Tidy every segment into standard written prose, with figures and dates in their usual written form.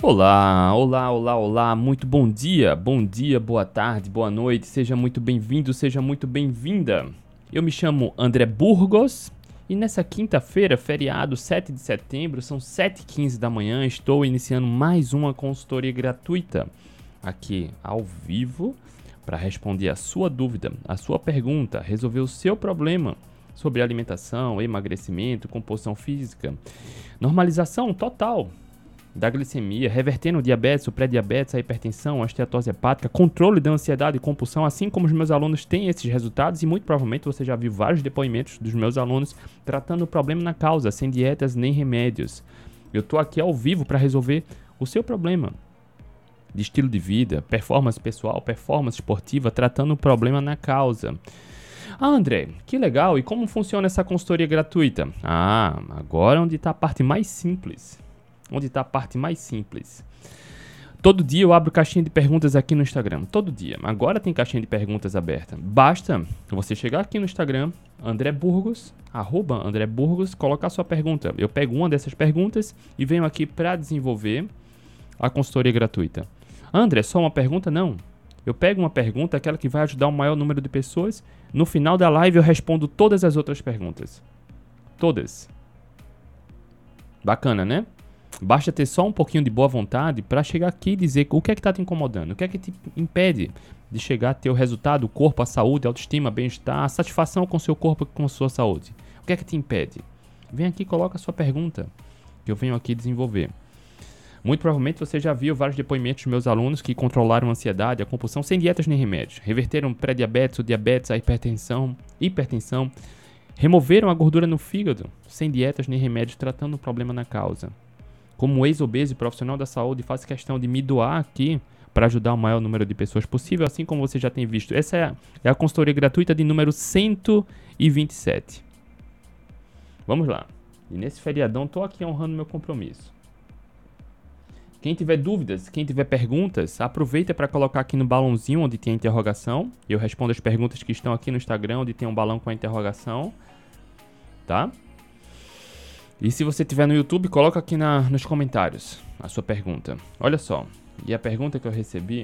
Olá, olá, olá, olá, muito bom dia, boa tarde, boa noite, seja muito bem-vindo, seja muito bem-vinda. Eu me chamo André Burgos e nessa quinta-feira, feriado 7 de setembro, são 7h15 da manhã, estou iniciando mais uma consultoria gratuita aqui ao vivo para responder a sua dúvida, a sua pergunta, resolver o seu problema sobre alimentação, emagrecimento, composição física, normalização total da glicemia, revertendo o diabetes, o pré-diabetes, a hipertensão, a esteatose hepática, controle da ansiedade e compulsão, assim como os meus alunos têm esses resultados e muito provavelmente você já viu vários depoimentos dos meus alunos tratando o problema na causa, sem dietas nem remédios. Eu estou aqui ao vivo para resolver o seu problema de estilo de vida, performance pessoal, performance esportiva, tratando o problema na causa. Ah, André, que legal, e como funciona essa consultoria gratuita? Ah, agora onde está a parte mais simples. Todo dia eu abro caixinha de perguntas aqui no Instagram. Todo dia. Agora tem caixinha de perguntas aberta. Basta você chegar aqui no Instagram, André Burgos, @AndréBurgos, colocar sua pergunta. Eu pego uma dessas perguntas e venho aqui para desenvolver a consultoria gratuita. André, só uma pergunta? Não. Eu pego uma pergunta, aquela que vai ajudar o maior número de pessoas. No final da live eu respondo todas as outras perguntas. Todas. Bacana, né? Basta ter só um pouquinho de boa vontade para chegar aqui e dizer o que é que está te incomodando, o que é que te impede de chegar a ter o resultado, o corpo, a saúde, a autoestima, bem-estar, a satisfação com o seu corpo e com a sua saúde. O que é que te impede? Vem aqui e coloca a sua pergunta, que eu venho aqui desenvolver. Muito provavelmente você já viu vários depoimentos dos meus alunos que controlaram a ansiedade, a compulsão, sem dietas nem remédios. Reverteram pré-diabetes, o diabetes, a hipertensão, removeram a gordura no fígado, sem dietas nem remédios, tratando o problema na causa. Como ex-obeso e profissional da saúde, faço questão de me doar aqui para ajudar o maior número de pessoas possível, assim como você já tem visto. Essa é a consultoria gratuita de número 127. Vamos lá. E nesse feriadão, estou aqui honrando meu compromisso. Quem tiver dúvidas, quem tiver perguntas, aproveita para colocar aqui no balãozinho onde tem a interrogação. Eu respondo as perguntas que estão aqui no Instagram, onde tem um balão com a interrogação. Tá? E se você estiver no YouTube, coloca aqui nos comentários a sua pergunta. Olha só, e a pergunta que eu recebi...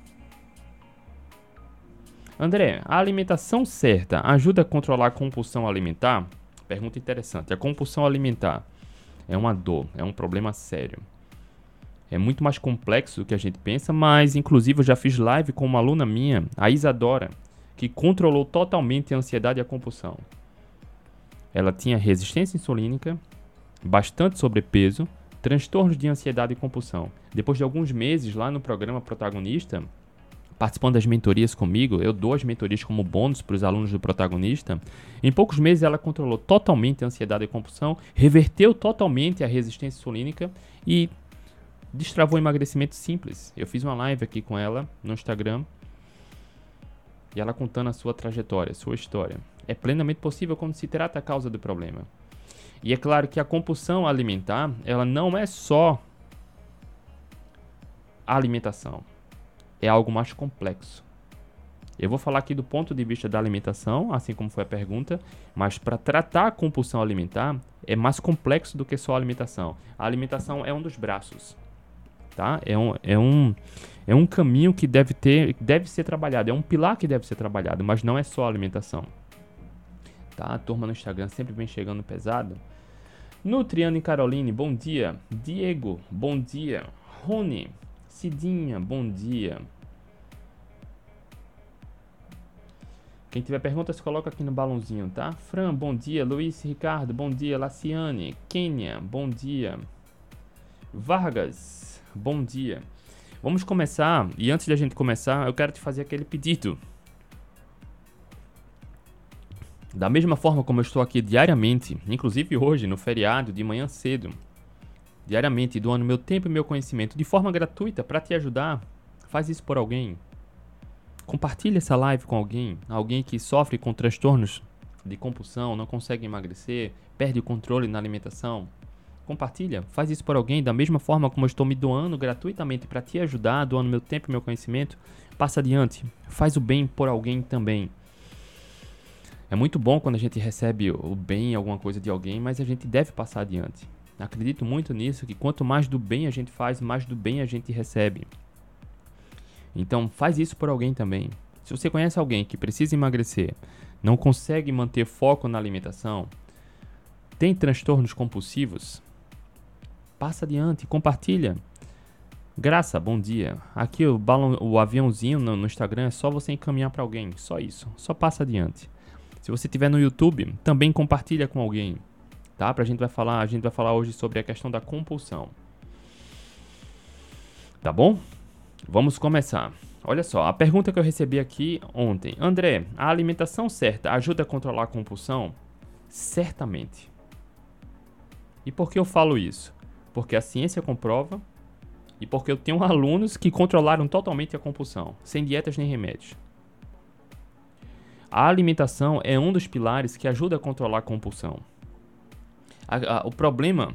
André, a alimentação certa ajuda a controlar a compulsão alimentar? Pergunta interessante. A compulsão alimentar é uma dor, é um problema sério. É muito mais complexo do que a gente pensa, mas inclusive eu já fiz live com uma aluna minha, a Isadora, que controlou totalmente a ansiedade e a compulsão. Ela tinha resistência insulínica, bastante sobrepeso, transtornos de ansiedade e compulsão. Depois de alguns meses lá no programa Protagonista, participando das mentorias comigo, eu dou as mentorias como bônus para os alunos do Protagonista. Em poucos meses ela controlou totalmente a ansiedade e compulsão, reverteu totalmente a resistência insulínica e destravou emagrecimento simples. Eu fiz uma live aqui com ela no Instagram e ela contando a sua trajetória, a sua história. É plenamente possível quando se trata a causa do problema. E é claro que a compulsão alimentar, ela não é só a alimentação. É algo mais complexo. Eu vou falar aqui do ponto de vista da alimentação, assim como foi a pergunta, mas para tratar a compulsão alimentar é mais complexo do que só a alimentação. A alimentação é um dos braços, tá? É um caminho que deve ser trabalhado, é um pilar que deve ser trabalhado, mas não é só a alimentação. Tá? A turma no Instagram sempre vem chegando pesado. Nutriano e Caroline, bom dia. Diego, bom dia. Rony, Cidinha, bom dia. Quem tiver perguntas, coloca aqui no balãozinho, tá? Fran, bom dia. Luiz Ricardo, bom dia. Laciane, Kênia, bom dia. Vargas, bom dia. Vamos começar, e antes da gente começar, eu quero te fazer aquele pedido. Da mesma forma como eu estou aqui diariamente, inclusive hoje, no feriado, de manhã cedo, diariamente doando meu tempo e meu conhecimento de forma gratuita para te ajudar, faz isso por alguém. Compartilha essa live com alguém que sofre com transtornos de compulsão, não consegue emagrecer, perde o controle na alimentação. Compartilha, faz isso por alguém, da mesma forma como eu estou me doando gratuitamente para te ajudar, doando meu tempo e meu conhecimento, passa adiante, faz o bem por alguém também. É muito bom quando a gente recebe o bem, alguma coisa de alguém, mas a gente deve passar adiante. Acredito muito nisso, que quanto mais do bem a gente faz, mais do bem a gente recebe. Então, faz isso por alguém também. Se você conhece alguém que precisa emagrecer, não consegue manter foco na alimentação, tem transtornos compulsivos, passa adiante, compartilha. Graça, bom dia. Aqui o aviãozinho no Instagram é só você encaminhar para alguém, só isso, só passa adiante. Se você estiver no YouTube, também compartilha com alguém, tá? A gente vai falar hoje sobre a questão da compulsão. Tá bom? Vamos começar. Olha só, a pergunta que eu recebi aqui ontem. André, a alimentação certa ajuda a controlar a compulsão? Certamente. E por que eu falo isso? Porque a ciência comprova e porque eu tenho alunos que controlaram totalmente a compulsão, sem dietas nem remédios. A alimentação é um dos pilares que ajuda a controlar a compulsão. O problema,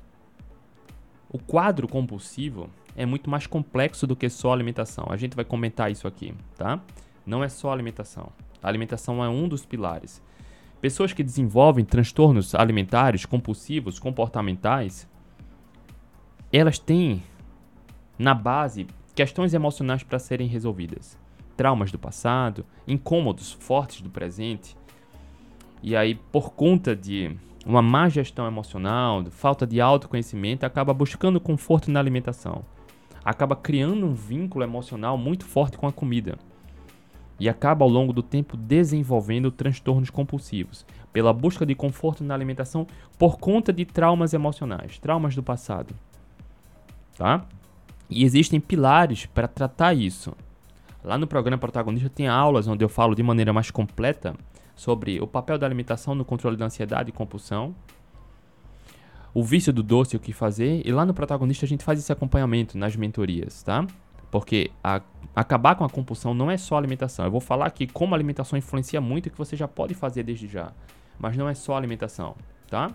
o quadro compulsivo é muito mais complexo do que só a alimentação. A gente vai comentar isso aqui, tá? Não é só a alimentação. A alimentação é um dos pilares. Pessoas que desenvolvem transtornos alimentares, compulsivos, comportamentais, elas têm na base questões emocionais para serem resolvidas. Traumas do passado, incômodos fortes do presente. E aí, por conta de uma má gestão emocional, falta de autoconhecimento, acaba buscando conforto na alimentação. Acaba criando um vínculo emocional muito forte com a comida. E acaba ao longo do tempo desenvolvendo transtornos compulsivos, pela busca de conforto na alimentação por conta de traumas emocionais, traumas do passado. Tá? E existem pilares para tratar isso. Lá no programa Protagonista tem aulas onde eu falo de maneira mais completa sobre o papel da alimentação no controle da ansiedade e compulsão, o vício do doce e o que fazer, e lá no Protagonista a gente faz esse acompanhamento nas mentorias, tá? Porque acabar com a compulsão não é só alimentação. Eu vou falar aqui como a alimentação influencia muito e que você já pode fazer desde já, mas não é só alimentação, tá?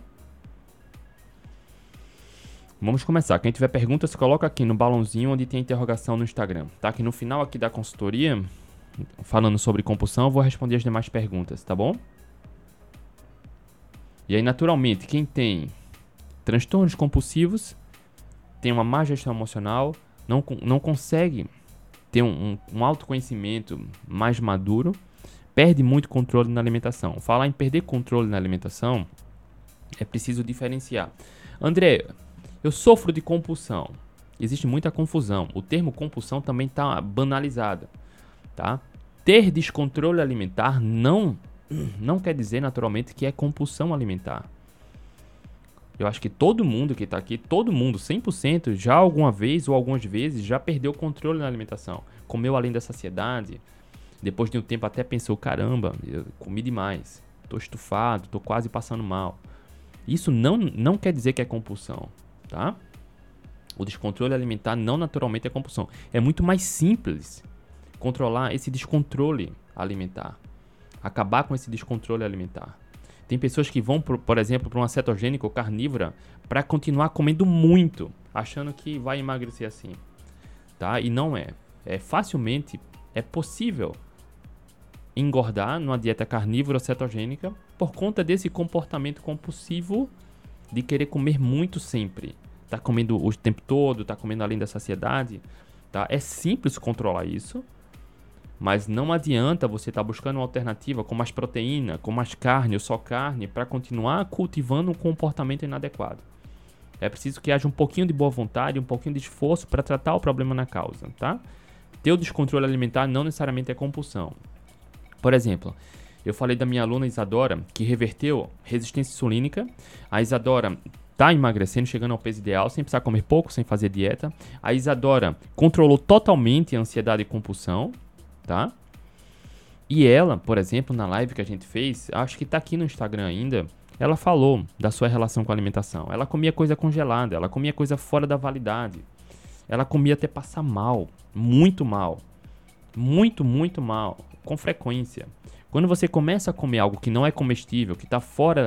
Vamos começar. Quem tiver perguntas, coloca aqui no balãozinho onde tem interrogação no Instagram, tá? Que no final aqui da consultoria, falando sobre compulsão, eu vou responder as demais perguntas, tá bom? E aí, naturalmente, quem tem transtornos compulsivos, tem uma má gestão emocional, não consegue ter um autoconhecimento mais maduro, perde muito controle na alimentação. Falar em perder controle na alimentação, é preciso diferenciar. André, eu sofro de compulsão. Existe muita confusão. O termo compulsão também está banalizado, tá? Ter descontrole alimentar não quer dizer naturalmente que é compulsão alimentar. Eu acho que todo mundo que está aqui, todo mundo, 100%, já alguma vez ou algumas vezes já perdeu o controle na alimentação. Comeu além da saciedade, depois de um tempo até pensou, caramba, eu comi demais, estou estufado, estou quase passando mal. Isso não quer dizer que é compulsão, tá? O descontrole alimentar não naturalmente é compulsão. É muito mais simples controlar esse descontrole alimentar, acabar com esse descontrole alimentar. Tem pessoas que vão, por exemplo, para uma cetogênica ou carnívora para continuar comendo muito, achando que vai emagrecer assim, tá? E não é. Facilmente é possível engordar numa dieta carnívora ou cetogênica por conta desse comportamento compulsivo de querer comer muito sempre. Tá comendo o tempo todo, tá comendo além da saciedade, tá? É simples controlar isso. Mas não adianta você estar buscando uma alternativa com mais proteína, com mais carne ou só carne para continuar cultivando um comportamento inadequado. É preciso que haja um pouquinho de boa vontade, um pouquinho de esforço para tratar o problema na causa, tá? Ter o descontrole alimentar não necessariamente é compulsão. Por exemplo, eu falei da minha aluna Isadora, que reverteu resistência insulínica. A Isadora está emagrecendo, chegando ao peso ideal, sem precisar comer pouco, sem fazer dieta. A Isadora controlou totalmente a ansiedade e compulsão, tá? E ela, por exemplo, na live que a gente fez, acho que tá aqui no Instagram ainda, ela falou da sua relação com a alimentação. Ela comia coisa congelada, ela comia coisa fora da validade. Ela comia até passar mal, muito mal. Muito mal, com frequência. Quando você começa a comer algo que não é comestível, que tá fora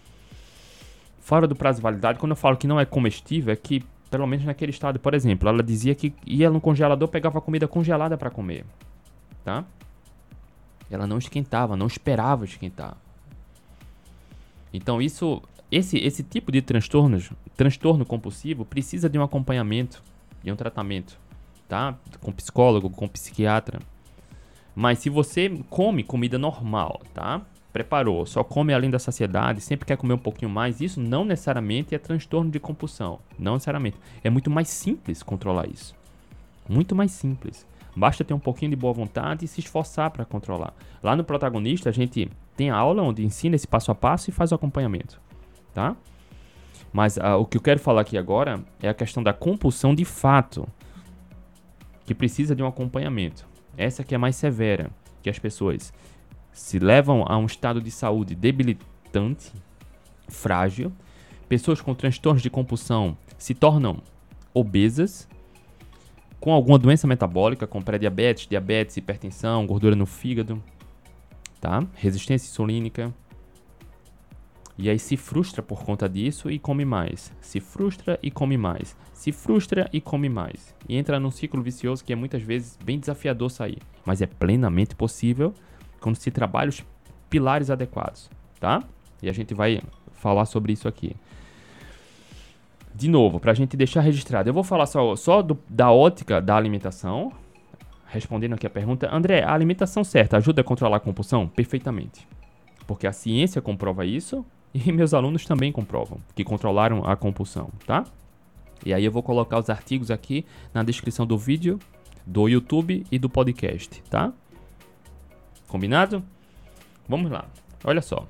do prazo de validade, quando eu falo que não é comestível, é que, pelo menos naquele estado, por exemplo, ela dizia que ia no congelador, pegava comida congelada para comer. Tá? Ela não esquentava, não esperava esquentar. Então isso esse tipo de transtorno compulsivo, precisa de um acompanhamento, de um tratamento, tá? Com psicólogo, com psiquiatra. Mas se você come comida normal, tá? Preparou, só come além da saciedade, sempre quer comer um pouquinho mais, isso não necessariamente é transtorno de compulsão. Não necessariamente. É muito mais simples controlar isso. Muito mais simples. Basta ter um pouquinho de boa vontade e se esforçar para controlar. Lá no Protagonista, a gente tem a aula onde ensina esse passo a passo e faz o acompanhamento, tá? Mas o que eu quero falar aqui agora é a questão da compulsão de fato, que precisa de um acompanhamento. Essa que é mais severa, que as pessoas se levam a um estado de saúde debilitante, frágil. Pessoas com transtornos de compulsão se tornam obesas, com alguma doença metabólica, com pré-diabetes, diabetes, hipertensão, gordura no fígado, tá? Resistência insulínica. E aí se frustra por conta disso e come mais. Se frustra e come mais. Se frustra e come mais. E entra num ciclo vicioso que é muitas vezes bem desafiador sair. Mas é plenamente possível quando se trabalha os pilares adequados, tá? E a gente vai falar sobre isso aqui. De novo, para a gente deixar registrado, eu vou falar só da ótica da alimentação. Respondendo aqui a pergunta, André, a alimentação certa ajuda a controlar a compulsão? Perfeitamente. Porque a ciência comprova isso e meus alunos também comprovam que controlaram a compulsão, tá? E aí eu vou colocar os artigos aqui na descrição do vídeo, do YouTube e do podcast, tá? Combinado? Vamos lá. Olha só.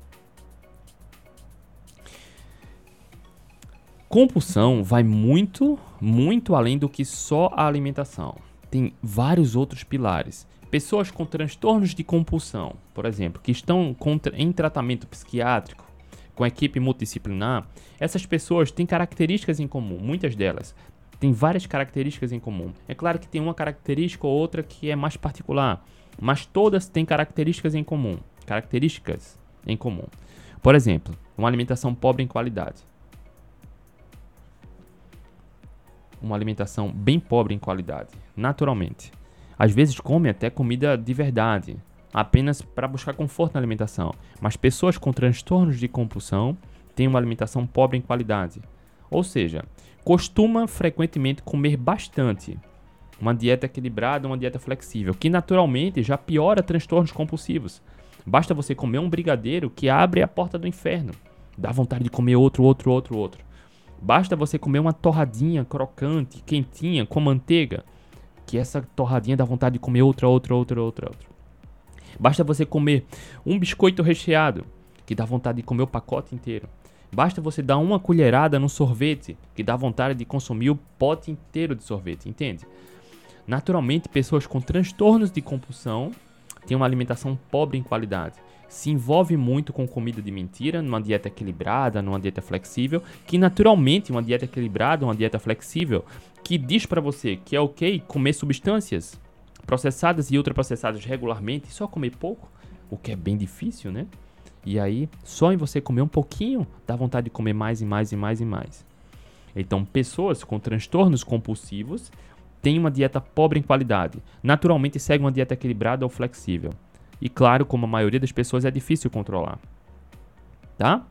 Compulsão vai muito, muito além do que só a alimentação. Tem vários outros pilares. Pessoas com transtornos de compulsão, por exemplo, que estão em tratamento psiquiátrico, com equipe multidisciplinar, essas pessoas têm características em comum, muitas delas. Tem várias características em comum. É claro que tem uma característica ou outra que é mais particular, mas todas têm características em comum. Por exemplo, uma alimentação pobre em qualidade. Uma alimentação bem pobre em qualidade, naturalmente. Às vezes come até comida de verdade, apenas para buscar conforto na alimentação. Mas pessoas com transtornos de compulsão têm uma alimentação pobre em qualidade. Ou seja, costuma frequentemente comer bastante. Uma dieta equilibrada, uma dieta flexível, que naturalmente já piora transtornos compulsivos. Basta você comer um brigadeiro que abre a porta do inferno. Dá vontade de comer outro. Basta você comer uma torradinha crocante, quentinha, com manteiga, que essa torradinha dá vontade de comer outra. Basta você comer um biscoito recheado, que dá vontade de comer o pacote inteiro. Basta você dar uma colherada no sorvete, que dá vontade de consumir o pote inteiro de sorvete, entende? Naturalmente, pessoas com transtornos de compulsão têm uma alimentação pobre em qualidade. Se envolve muito com comida de mentira, numa dieta equilibrada, numa dieta flexível, que naturalmente uma dieta equilibrada, uma dieta flexível, que diz para você que é ok comer substâncias processadas e ultraprocessadas regularmente e só comer pouco, o que é bem difícil, né? E aí, só em você comer um pouquinho, dá vontade de comer mais e mais. Então, pessoas com transtornos compulsivos têm uma dieta pobre em qualidade. Naturalmente, seguem uma dieta equilibrada ou flexível. E claro, como a maioria das pessoas, é difícil controlar. Tá?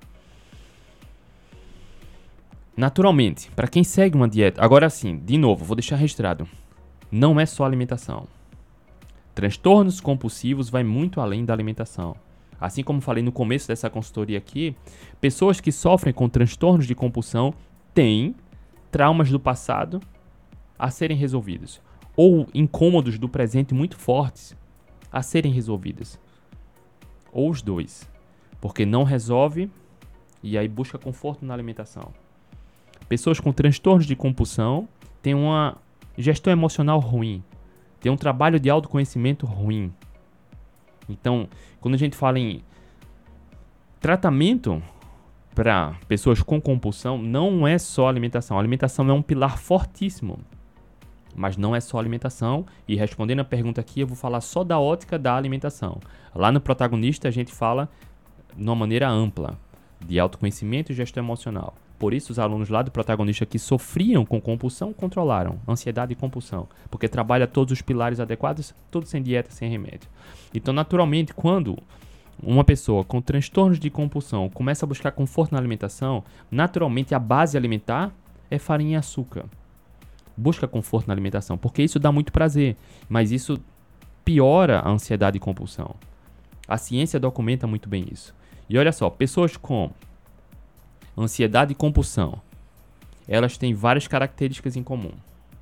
Naturalmente, para quem segue uma dieta... Agora sim, de novo, vou deixar registrado. Não é só alimentação. Transtornos compulsivos vai muito além da alimentação. Assim como falei no começo dessa consultoria aqui, pessoas que sofrem com transtornos de compulsão têm traumas do passado a serem resolvidos. Ou incômodos do presente muito fortes a serem resolvidas. Ou os dois. Porque não resolve e aí busca conforto na alimentação. Pessoas com transtornos de compulsão têm uma gestão emocional ruim. Têm um trabalho de autoconhecimento ruim. Então, quando a gente fala em tratamento para pessoas com compulsão, não é só alimentação. A alimentação é um pilar fortíssimo. Mas não é só alimentação. E respondendo a pergunta aqui, eu vou falar só da ótica da alimentação. Lá no Protagonista, a gente fala de uma maneira ampla de autoconhecimento e gestão emocional. Por isso, os alunos lá do Protagonista que sofriam com compulsão, controlaram ansiedade e compulsão. Porque trabalha todos os pilares adequados, tudo sem dieta, sem remédio. Então, naturalmente, quando uma pessoa com transtornos de compulsão começa a buscar conforto na alimentação, naturalmente a base alimentar é farinha e açúcar. Busca conforto na alimentação, porque isso dá muito prazer, mas isso piora a ansiedade e compulsão. A ciência documenta muito bem isso. E olha só, pessoas com ansiedade e compulsão, elas têm várias características em comum.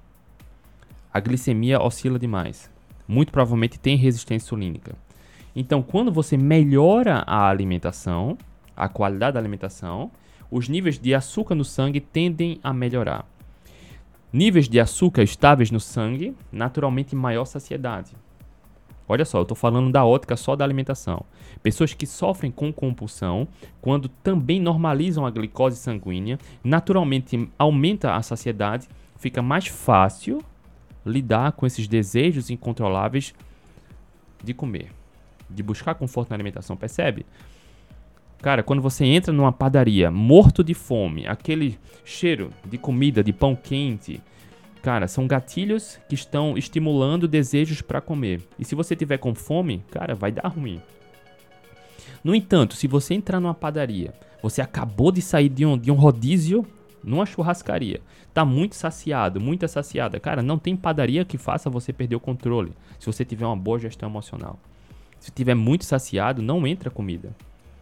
A glicemia oscila demais. Muito provavelmente tem resistência insulínica. Então, quando você melhora a alimentação, a qualidade da alimentação, os níveis de açúcar no sangue tendem a melhorar. Níveis de açúcar estáveis no sangue, naturalmente maior saciedade. Olha só, eu estou falando da ótica só da alimentação. Pessoas que sofrem com compulsão, quando também normalizam a glicose sanguínea, naturalmente aumenta a saciedade, fica mais fácil lidar com esses desejos incontroláveis de comer, de buscar conforto na alimentação, percebe? Cara, quando você entra numa padaria morto de fome, aquele cheiro de comida, de pão quente, cara, são gatilhos que estão estimulando desejos para comer. E se você tiver com fome, cara, vai dar ruim. No entanto, se você entrar numa padaria, você acabou de sair de um rodízio numa churrascaria, tá muito saciado, muito saciada, cara, não tem padaria que faça você perder o controle, se você tiver uma boa gestão emocional. Se estiver muito saciado, não entra comida.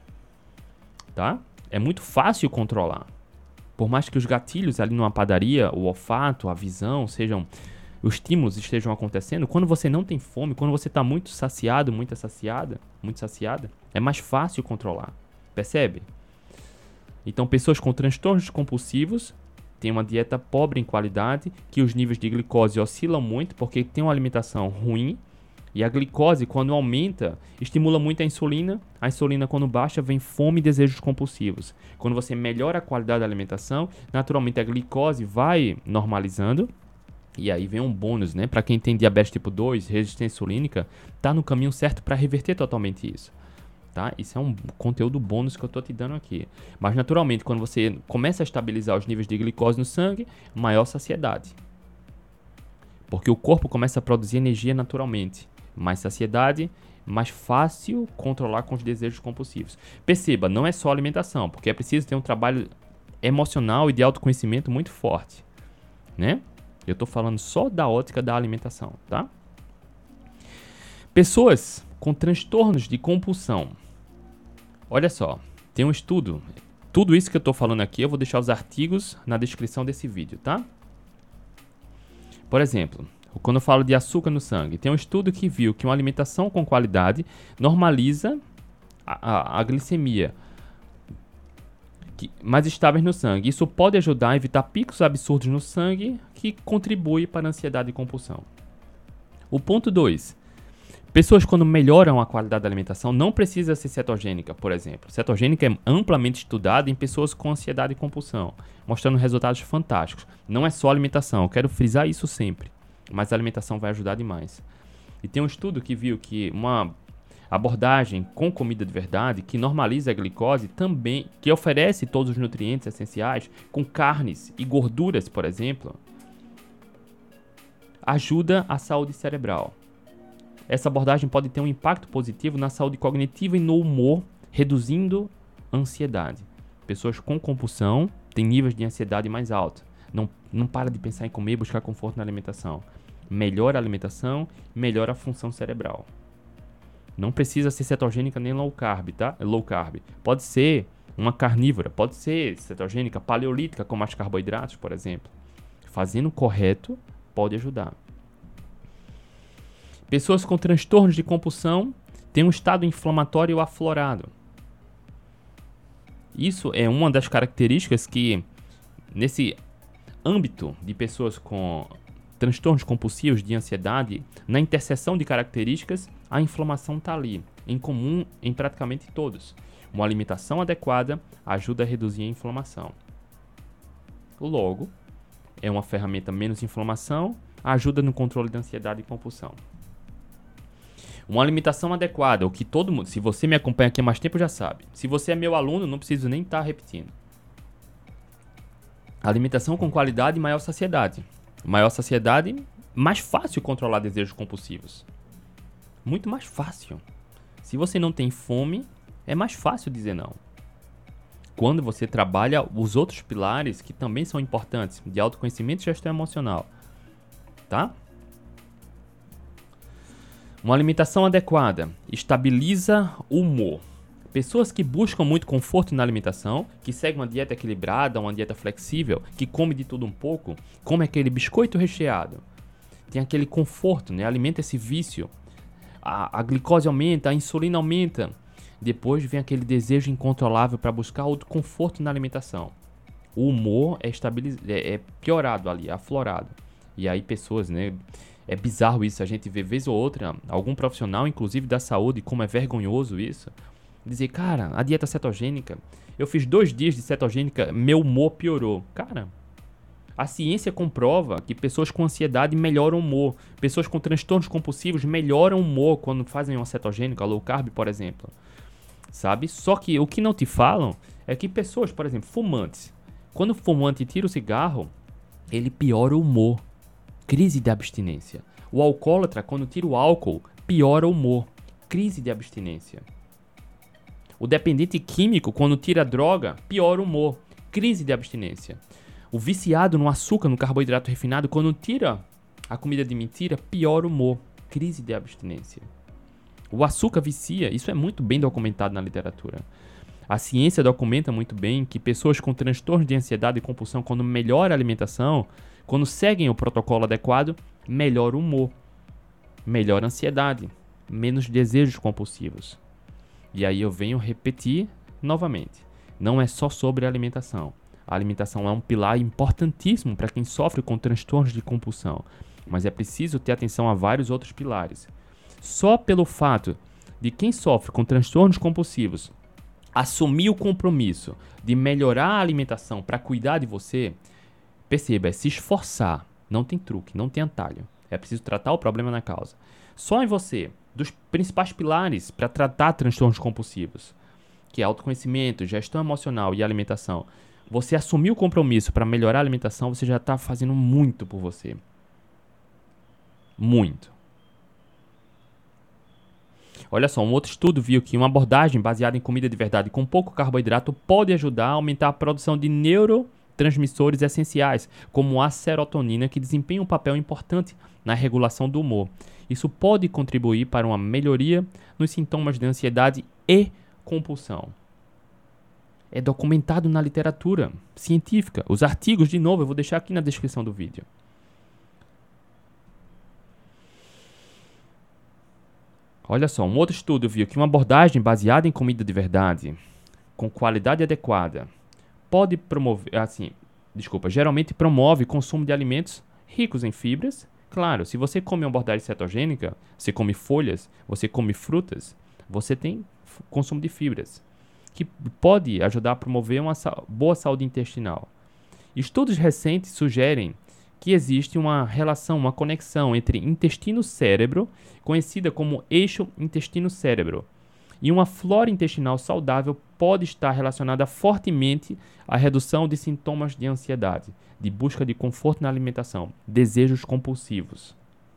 Tá? É muito fácil controlar. Por mais que os gatilhos ali numa padaria, o olfato, a visão, os estímulos estejam acontecendo, quando você não tem fome, quando você está muito saciado, muito saciada, é mais fácil controlar. Percebe? Então, pessoas com transtornos compulsivos têm uma dieta pobre em qualidade, que os níveis de glicose oscilam muito porque tem uma alimentação ruim. E a glicose, quando aumenta, estimula muito a insulina. A insulina, quando baixa, vem fome e desejos compulsivos. Quando você melhora a qualidade da alimentação, naturalmente a glicose vai normalizando. E aí vem um bônus, né? Para quem tem diabetes tipo 2, resistência insulínica, tá no caminho certo para reverter totalmente isso. Tá? Isso é um conteúdo bônus que eu tô te dando aqui. Mas naturalmente, quando você começa a estabilizar os níveis de glicose no sangue, maior saciedade. Porque o corpo começa a produzir energia naturalmente. Mais saciedade, mais fácil controlar com os desejos compulsivos. Perceba, não é só alimentação, porque é preciso ter um trabalho emocional e de autoconhecimento muito forte, né? Eu estou falando só da ótica da alimentação, tá? Pessoas com transtornos de compulsão. Olha só, tem um estudo. Tudo isso que eu estou falando aqui, eu vou deixar os artigos na descrição desse vídeo, tá? Por exemplo, quando eu falo de açúcar no sangue, tem um estudo que viu que uma alimentação com qualidade normaliza a glicemia, mais estáveis no sangue. Isso pode ajudar a evitar picos absurdos no sangue, que contribui para a ansiedade e compulsão. O ponto 2. Pessoas quando melhoram a qualidade da alimentação não precisa ser cetogênica, por exemplo. Cetogênica é amplamente estudada em pessoas com ansiedade e compulsão, mostrando resultados fantásticos. Não é só alimentação, eu quero frisar isso sempre. Mas a alimentação vai ajudar demais. E tem um estudo que viu que uma abordagem com comida de verdade, que normaliza a glicose também, que oferece todos os nutrientes essenciais, com carnes e gorduras, por exemplo, ajuda a saúde cerebral. Essa abordagem pode ter um impacto positivo na saúde cognitiva e no humor, reduzindo a ansiedade. Pessoas com compulsão têm níveis de ansiedade mais altos. Não para de pensar em comer e buscar conforto na alimentação. Melhora a alimentação, melhora a função cerebral. Não precisa ser cetogênica nem low carb, tá? Low carb. Pode ser uma carnívora, pode ser cetogênica paleolítica com mais carboidratos, por exemplo. Fazendo o correto pode ajudar. Pessoas com transtornos de compulsão têm um estado inflamatório aflorado. Isso é uma das características que, nesse âmbito de pessoas com transtornos compulsivos de ansiedade, na interseção de características, a inflamação está ali, em comum em praticamente todos. Uma alimentação adequada ajuda a reduzir a inflamação. Logo, é uma ferramenta menos inflamação, ajuda no controle da ansiedade e compulsão. Uma alimentação adequada, o que todo mundo, se você me acompanha aqui há mais tempo já sabe. Se você é meu aluno, não preciso nem estar repetindo. Alimentação com qualidade e maior saciedade. Maior saciedade, mais fácil controlar desejos compulsivos. Muito mais fácil. Se você não tem fome, é mais fácil dizer não. Quando você trabalha os outros pilares que também são importantes, de autoconhecimento e gestão emocional, tá? Uma alimentação adequada estabiliza o humor. Pessoas que buscam muito conforto na alimentação, que seguem uma dieta equilibrada, uma dieta flexível, que come de tudo um pouco, come aquele biscoito recheado, tem aquele conforto, né? Alimenta esse vício. A glicose aumenta, a insulina aumenta. Depois vem aquele desejo incontrolável para buscar outro conforto na alimentação. O humor é piorado ali, aflorado. E aí pessoas, né? É bizarro isso, a gente vê vez ou outra, algum profissional, inclusive da saúde, como é vergonhoso isso, dizer, cara, a dieta cetogênica, eu fiz 2 dias de cetogênica, meu humor piorou. Cara, a ciência comprova que pessoas com ansiedade melhoram o humor, pessoas com transtornos compulsivos melhoram o humor quando fazem uma cetogênica, low carb, por exemplo. Sabe? Só que o que não te falam é que pessoas, por exemplo, fumantes, quando o fumante tira o cigarro, ele piora o humor. Crise de abstinência. O alcoólatra, quando tira o álcool, piora o humor. Crise de abstinência. O dependente químico, quando tira a droga, piora o humor. Crise de abstinência. O viciado no açúcar, no carboidrato refinado, quando tira a comida de mentira, piora o humor. Crise de abstinência. O açúcar vicia, isso é muito bem documentado na literatura. A ciência documenta muito bem que pessoas com transtornos de ansiedade e compulsão, quando melhora a alimentação, quando seguem o protocolo adequado, melhora o humor, melhora a ansiedade, menos desejos compulsivos. E aí eu venho repetir novamente, não é só sobre a alimentação. A alimentação é um pilar importantíssimo para quem sofre com transtornos de compulsão, mas é preciso ter atenção a vários outros pilares. Só pelo fato de quem sofre com transtornos compulsivos assumir o compromisso de melhorar a alimentação para cuidar de você, perceba, é se esforçar, não tem truque, não tem atalho. É preciso tratar o problema na causa. Só em você, dos principais pilares para tratar transtornos compulsivos, que é autoconhecimento, gestão emocional e alimentação, você assumir o compromisso para melhorar a alimentação, você já está fazendo muito por você. Muito. Olha só, um outro estudo viu que uma abordagem baseada em comida de verdade com pouco carboidrato pode ajudar a aumentar a produção de neurotransmissores essenciais, como a serotonina, que desempenha um papel importante na regulação do humor. Isso pode contribuir para uma melhoria nos sintomas de ansiedade e compulsão. É documentado na literatura científica. Os artigos, de novo, eu vou deixar aqui na descrição do vídeo. Olha só, um outro estudo viu que uma abordagem baseada em comida de verdade, com qualidade adequada, pode promover, geralmente promove consumo de alimentos ricos em fibras. Claro, se você come uma abordagem cetogênica, você come folhas, você come frutas, você tem consumo de fibras, que pode ajudar a promover uma boa saúde intestinal. Estudos recentes sugerem que existe uma relação, uma conexão entre intestino-cérebro, conhecida como eixo intestino-cérebro, e uma flora intestinal saudável pode estar relacionada fortemente à redução de sintomas de ansiedade, de busca de conforto na alimentação, desejos compulsivos.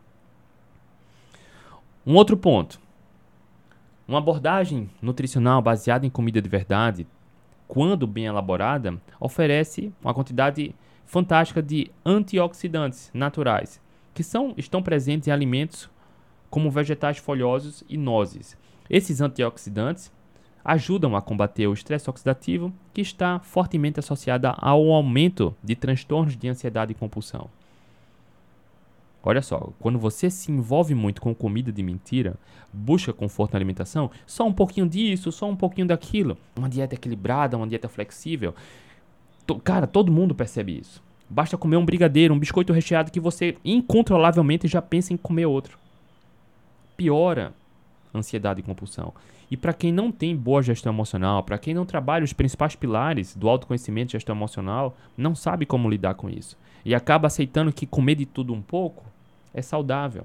Um outro ponto. Uma abordagem nutricional baseada em comida de verdade, quando bem elaborada, oferece uma quantidade fantástica de antioxidantes naturais, que estão presentes em alimentos como vegetais folhosos e nozes. Esses antioxidantes ajudam a combater o estresse oxidativo, que está fortemente associado ao aumento de transtornos de ansiedade e compulsão. Olha só, quando você se envolve muito com comida de mentira, busca conforto na alimentação, só um pouquinho disso, só um pouquinho daquilo, uma dieta equilibrada, uma dieta flexível, cara, todo mundo percebe isso. Basta comer um brigadeiro, um biscoito recheado que você incontrolavelmente já pensa em comer outro. Piora a ansiedade e compulsão. E para quem não tem boa gestão emocional, para quem não trabalha os principais pilares do autoconhecimento e gestão emocional, não sabe como lidar com isso. E acaba aceitando que comer de tudo um pouco é saudável.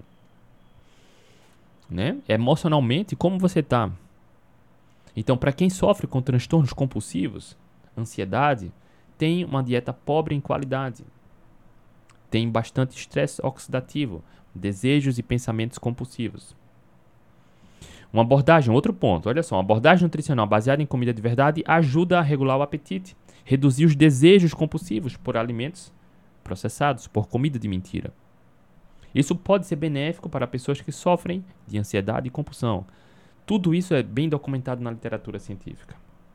Né? Emocionalmente, como você está? Então, para quem sofre com transtornos compulsivos, ansiedade, tem uma dieta pobre em qualidade. Tem bastante estresse oxidativo, desejos e pensamentos compulsivos. Uma abordagem, outro ponto, olha só, uma abordagem nutricional baseada em comida de verdade ajuda a regular o apetite, reduzir os desejos compulsivos por alimentos processados, por comida de mentira. Isso pode ser benéfico para pessoas que sofrem de ansiedade e compulsão. Tudo isso é bem documentado na literatura científica.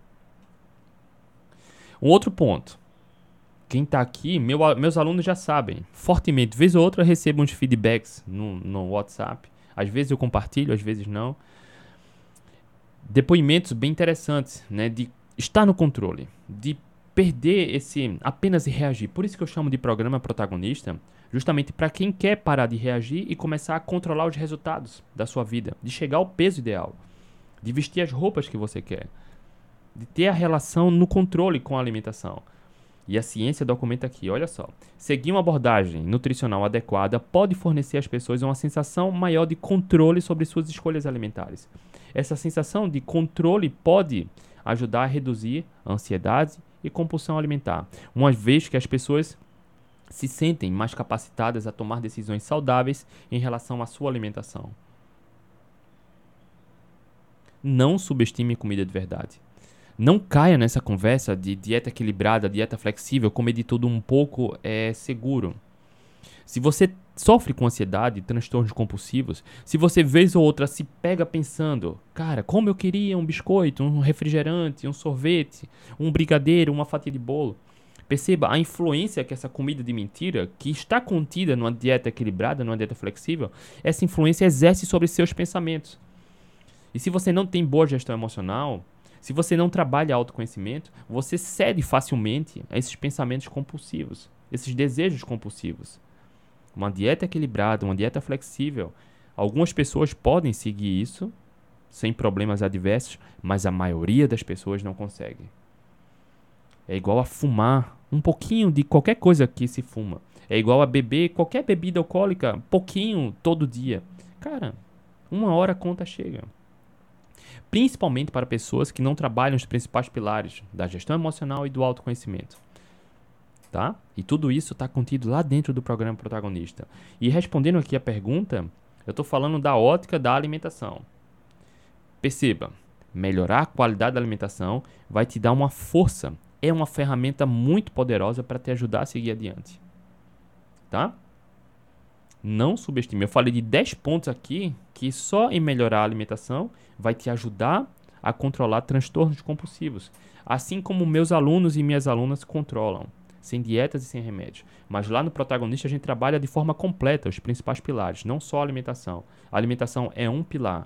Um outro ponto. Quem está aqui, meus alunos já sabem, fortemente, vez ou outra eu recebo uns feedbacks no WhatsApp. Às vezes eu compartilho, às vezes não. Depoimentos bem interessantes, né, de estar no controle, de perder esse apenas reagir. Por isso que eu chamo de programa protagonista, justamente para quem quer parar de reagir e começar a controlar os resultados da sua vida, de chegar ao peso ideal, de vestir as roupas que você quer, de ter a relação no controle com a alimentação. E a ciência documenta aqui, olha só, seguir uma abordagem nutricional adequada pode fornecer às pessoas uma sensação maior de controle sobre suas escolhas alimentares. Essa sensação de controle pode ajudar a reduzir a ansiedade e compulsão alimentar, uma vez que as pessoas se sentem mais capacitadas a tomar decisões saudáveis em relação à sua alimentação. Não subestime comida de verdade. Não caia nessa conversa de dieta equilibrada, dieta flexível, comer de tudo um pouco é seguro. Se você sofre com ansiedade, transtornos compulsivos, se você vez ou outra se pega pensando, cara, como eu queria um biscoito, um refrigerante, um sorvete, um brigadeiro, uma fatia de bolo. Perceba a influência que essa comida de mentira, que está contida numa dieta equilibrada, numa dieta flexível, essa influência exerce sobre seus pensamentos. E se você não tem boa gestão emocional, se você não trabalha autoconhecimento, você cede facilmente a esses pensamentos compulsivos, esses desejos compulsivos. Uma dieta equilibrada, uma dieta flexível, algumas pessoas podem seguir isso sem problemas adversos, mas a maioria das pessoas não consegue. É igual a fumar um pouquinho de qualquer coisa que se fuma. É igual a beber qualquer bebida alcoólica, pouquinho todo dia. Cara, uma hora a conta chega. Principalmente para pessoas que não trabalham os principais pilares da gestão emocional e do autoconhecimento. Tá? E tudo isso está contido lá dentro do programa protagonista. E respondendo aqui a pergunta, eu estou falando da ótica da alimentação. Perceba, melhorar a qualidade da alimentação vai te dar uma força, é uma ferramenta muito poderosa para te ajudar a seguir adiante. Tá? Não subestime. Eu falei de 10 pontos aqui que só em melhorar a alimentação vai te ajudar a controlar transtornos compulsivos. Assim como meus alunos e minhas alunas controlam, sem dietas e sem remédio. Mas lá no Protagonista a gente trabalha de forma completa os principais pilares, não só a alimentação. A alimentação é um pilar.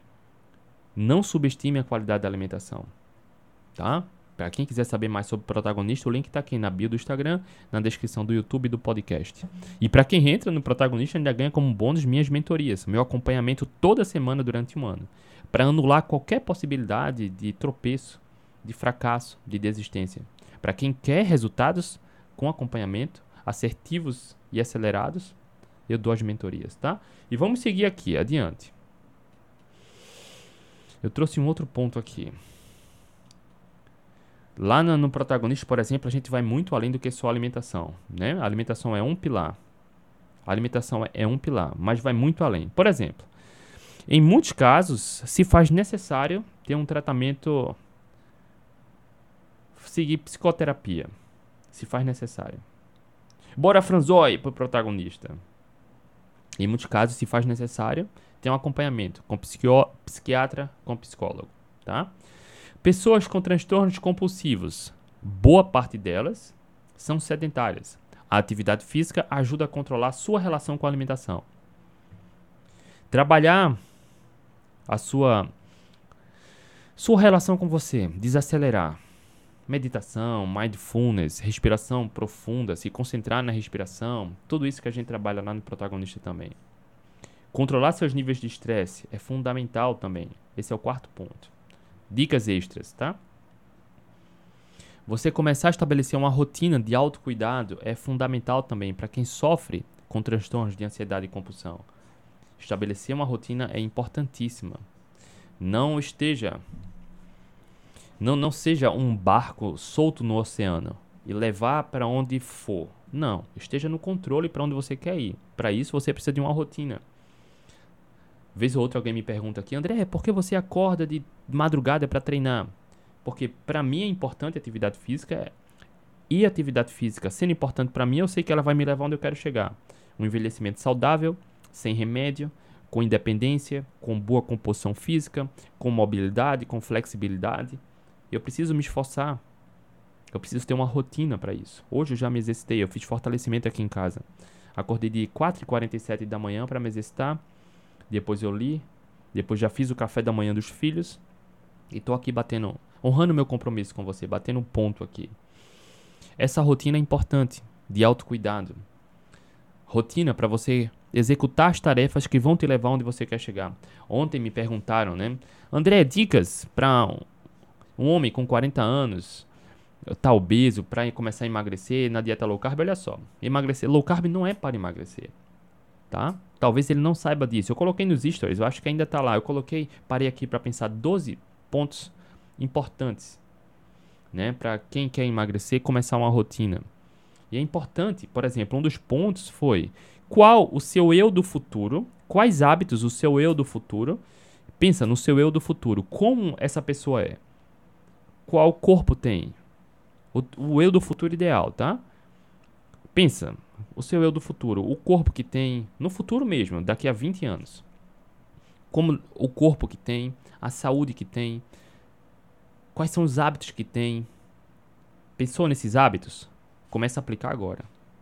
Não subestime a qualidade da alimentação. Tá? Para quem quiser saber mais sobre o Protagonista, o link está aqui na bio do Instagram, na descrição do YouTube e do podcast. E para quem entra no Protagonista, ainda ganha como bônus minhas mentorias, meu acompanhamento toda semana durante um ano, para anular qualquer possibilidade de tropeço, de fracasso, de desistência. Para quem quer resultados com acompanhamento, assertivos e acelerados, eu dou as mentorias, tá? E vamos seguir aqui, adiante. Eu trouxe um outro ponto aqui. Lá no Protagonista, por exemplo, a gente vai muito além do que só alimentação, né? A alimentação é um pilar. A alimentação é um pilar, mas vai muito além. Por exemplo, em muitos casos, se faz necessário ter um tratamento, seguir psicoterapia. Se faz necessário. Bora Franzói pro Protagonista. Em muitos casos, se faz necessário ter um acompanhamento com psiquiatra, com psicólogo, tá? Pessoas com transtornos compulsivos, boa parte delas são sedentárias. A atividade física ajuda a controlar a sua relação com a alimentação. Trabalhar a sua relação com você, desacelerar. Meditação, mindfulness, respiração profunda, se concentrar na respiração, tudo isso que a gente trabalha lá no Protagonista também. Controlar seus níveis de estresse é fundamental também. Esse é o quarto ponto. Dicas extras, tá? Você começar a estabelecer uma rotina de autocuidado é fundamental também para quem sofre com transtornos de ansiedade e compulsão. Estabelecer uma rotina é importantíssima. Não seja um barco solto no oceano e levar para onde for. Não, esteja no controle para onde você quer ir. Para isso você precisa de uma rotina. Vez ou outra alguém me pergunta aqui, André, por que você acorda de madrugada para treinar? Porque para mim é importante a atividade física e a atividade física sendo importante para mim, eu sei que ela vai me levar onde eu quero chegar. Um envelhecimento saudável, sem remédio, com independência, com boa composição física, com mobilidade, com flexibilidade. Eu preciso me esforçar. Eu preciso ter uma rotina para isso. Hoje eu já me exercitei, eu fiz fortalecimento aqui em casa. Acordei de 4h47 da manhã para me exercitar. Depois eu li. Depois já fiz o café da manhã dos filhos. E tô aqui batendo, honrando meu compromisso com você, batendo um ponto aqui. Essa rotina é importante, de autocuidado. Rotina para você executar as tarefas que vão te levar onde você quer chegar. Ontem me perguntaram, né? André, dicas para um homem com 40 anos, tá obeso, para começar a emagrecer na dieta low carb. Olha só, emagrecer, low carb não é para emagrecer, tá? Talvez ele não saiba disso. Eu coloquei nos stories, eu acho que ainda tá lá. Parei aqui para pensar 12 pontos importantes, né? Para quem quer emagrecer, começar uma rotina. E é importante, por exemplo, um dos pontos foi qual o seu eu do futuro, quais hábitos o seu eu do futuro, pensa no seu eu do futuro, como essa pessoa é, qual corpo tem, o eu do futuro ideal, tá? Pensa, o seu eu do futuro, o corpo que tem, no futuro mesmo, daqui a 20 anos, como o corpo que tem, a saúde que tem, quais são os hábitos que tem, pensou nesses hábitos? Começa a aplicar agora.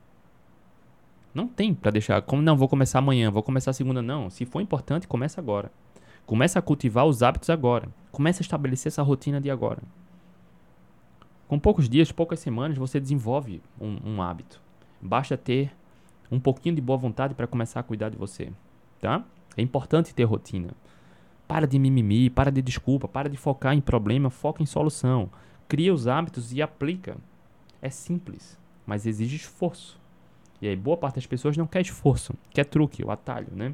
Não tem pra deixar, como não, vou começar amanhã, vou começar segunda, não. Se for importante, começa agora. Começa a cultivar os hábitos agora. Começa a estabelecer essa rotina de agora. Com poucos dias, poucas semanas, você desenvolve um hábito. Basta ter um pouquinho de boa vontade para começar a cuidar de você, tá? É importante ter rotina. Para de mimimi, para de desculpa, para de focar em problema, foca em solução. Cria os hábitos e aplica. É simples, mas exige esforço. E aí boa parte das pessoas não quer esforço, quer truque, o atalho, né?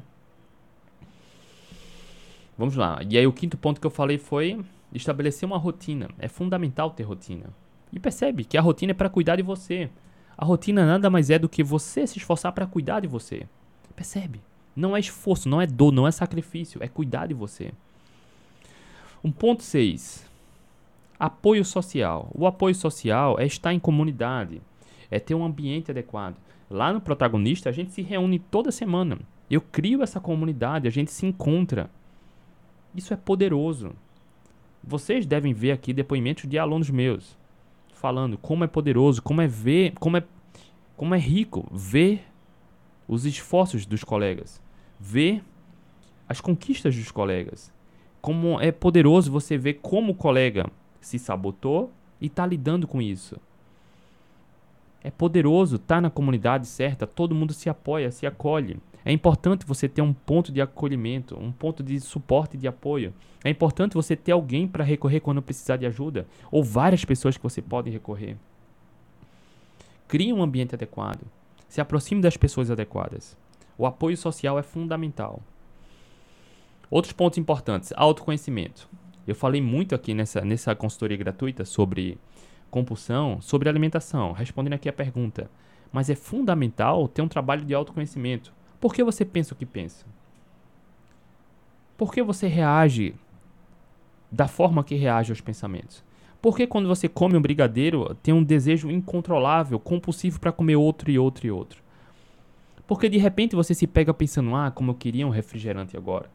Vamos lá. E aí o quinto ponto que eu falei foi estabelecer uma rotina. É fundamental ter rotina. E percebe que a rotina é para cuidar de você. A rotina nada mais é do que você se esforçar para cuidar de você. Percebe? Não é esforço, não é dor, não é sacrifício, é cuidar de você. Um ponto 6. Apoio social. O apoio social é estar em comunidade, é ter um ambiente adequado. Lá no Protagonista, a gente se reúne toda semana. Eu crio essa comunidade, a gente se encontra. Isso é poderoso. Vocês devem ver aqui depoimentos de alunos meus falando como é poderoso, como é rico ver os esforços dos colegas, ver as conquistas dos colegas. Como é poderoso você ver como o colega se sabotou e está lidando com isso. É poderoso estar na comunidade certa, todo mundo se apoia, se acolhe. É importante você ter um ponto de acolhimento, um ponto de suporte e de apoio. É importante você ter alguém para recorrer quando precisar de ajuda, ou várias pessoas que você pode recorrer. Crie um ambiente adequado. Se aproxime das pessoas adequadas. O apoio social é fundamental. Outros pontos importantes. Autoconhecimento. Eu falei muito aqui nessa consultoria gratuita sobre compulsão, sobre alimentação, respondendo aqui a pergunta. Mas é fundamental ter um trabalho de autoconhecimento. Por que você pensa o que pensa? Por que você reage da forma que reage aos pensamentos? Por que quando você come um brigadeiro tem um desejo incontrolável, compulsivo para comer outro e outro e outro? Porque de repente você se pega pensando, como eu queria um refrigerante agora.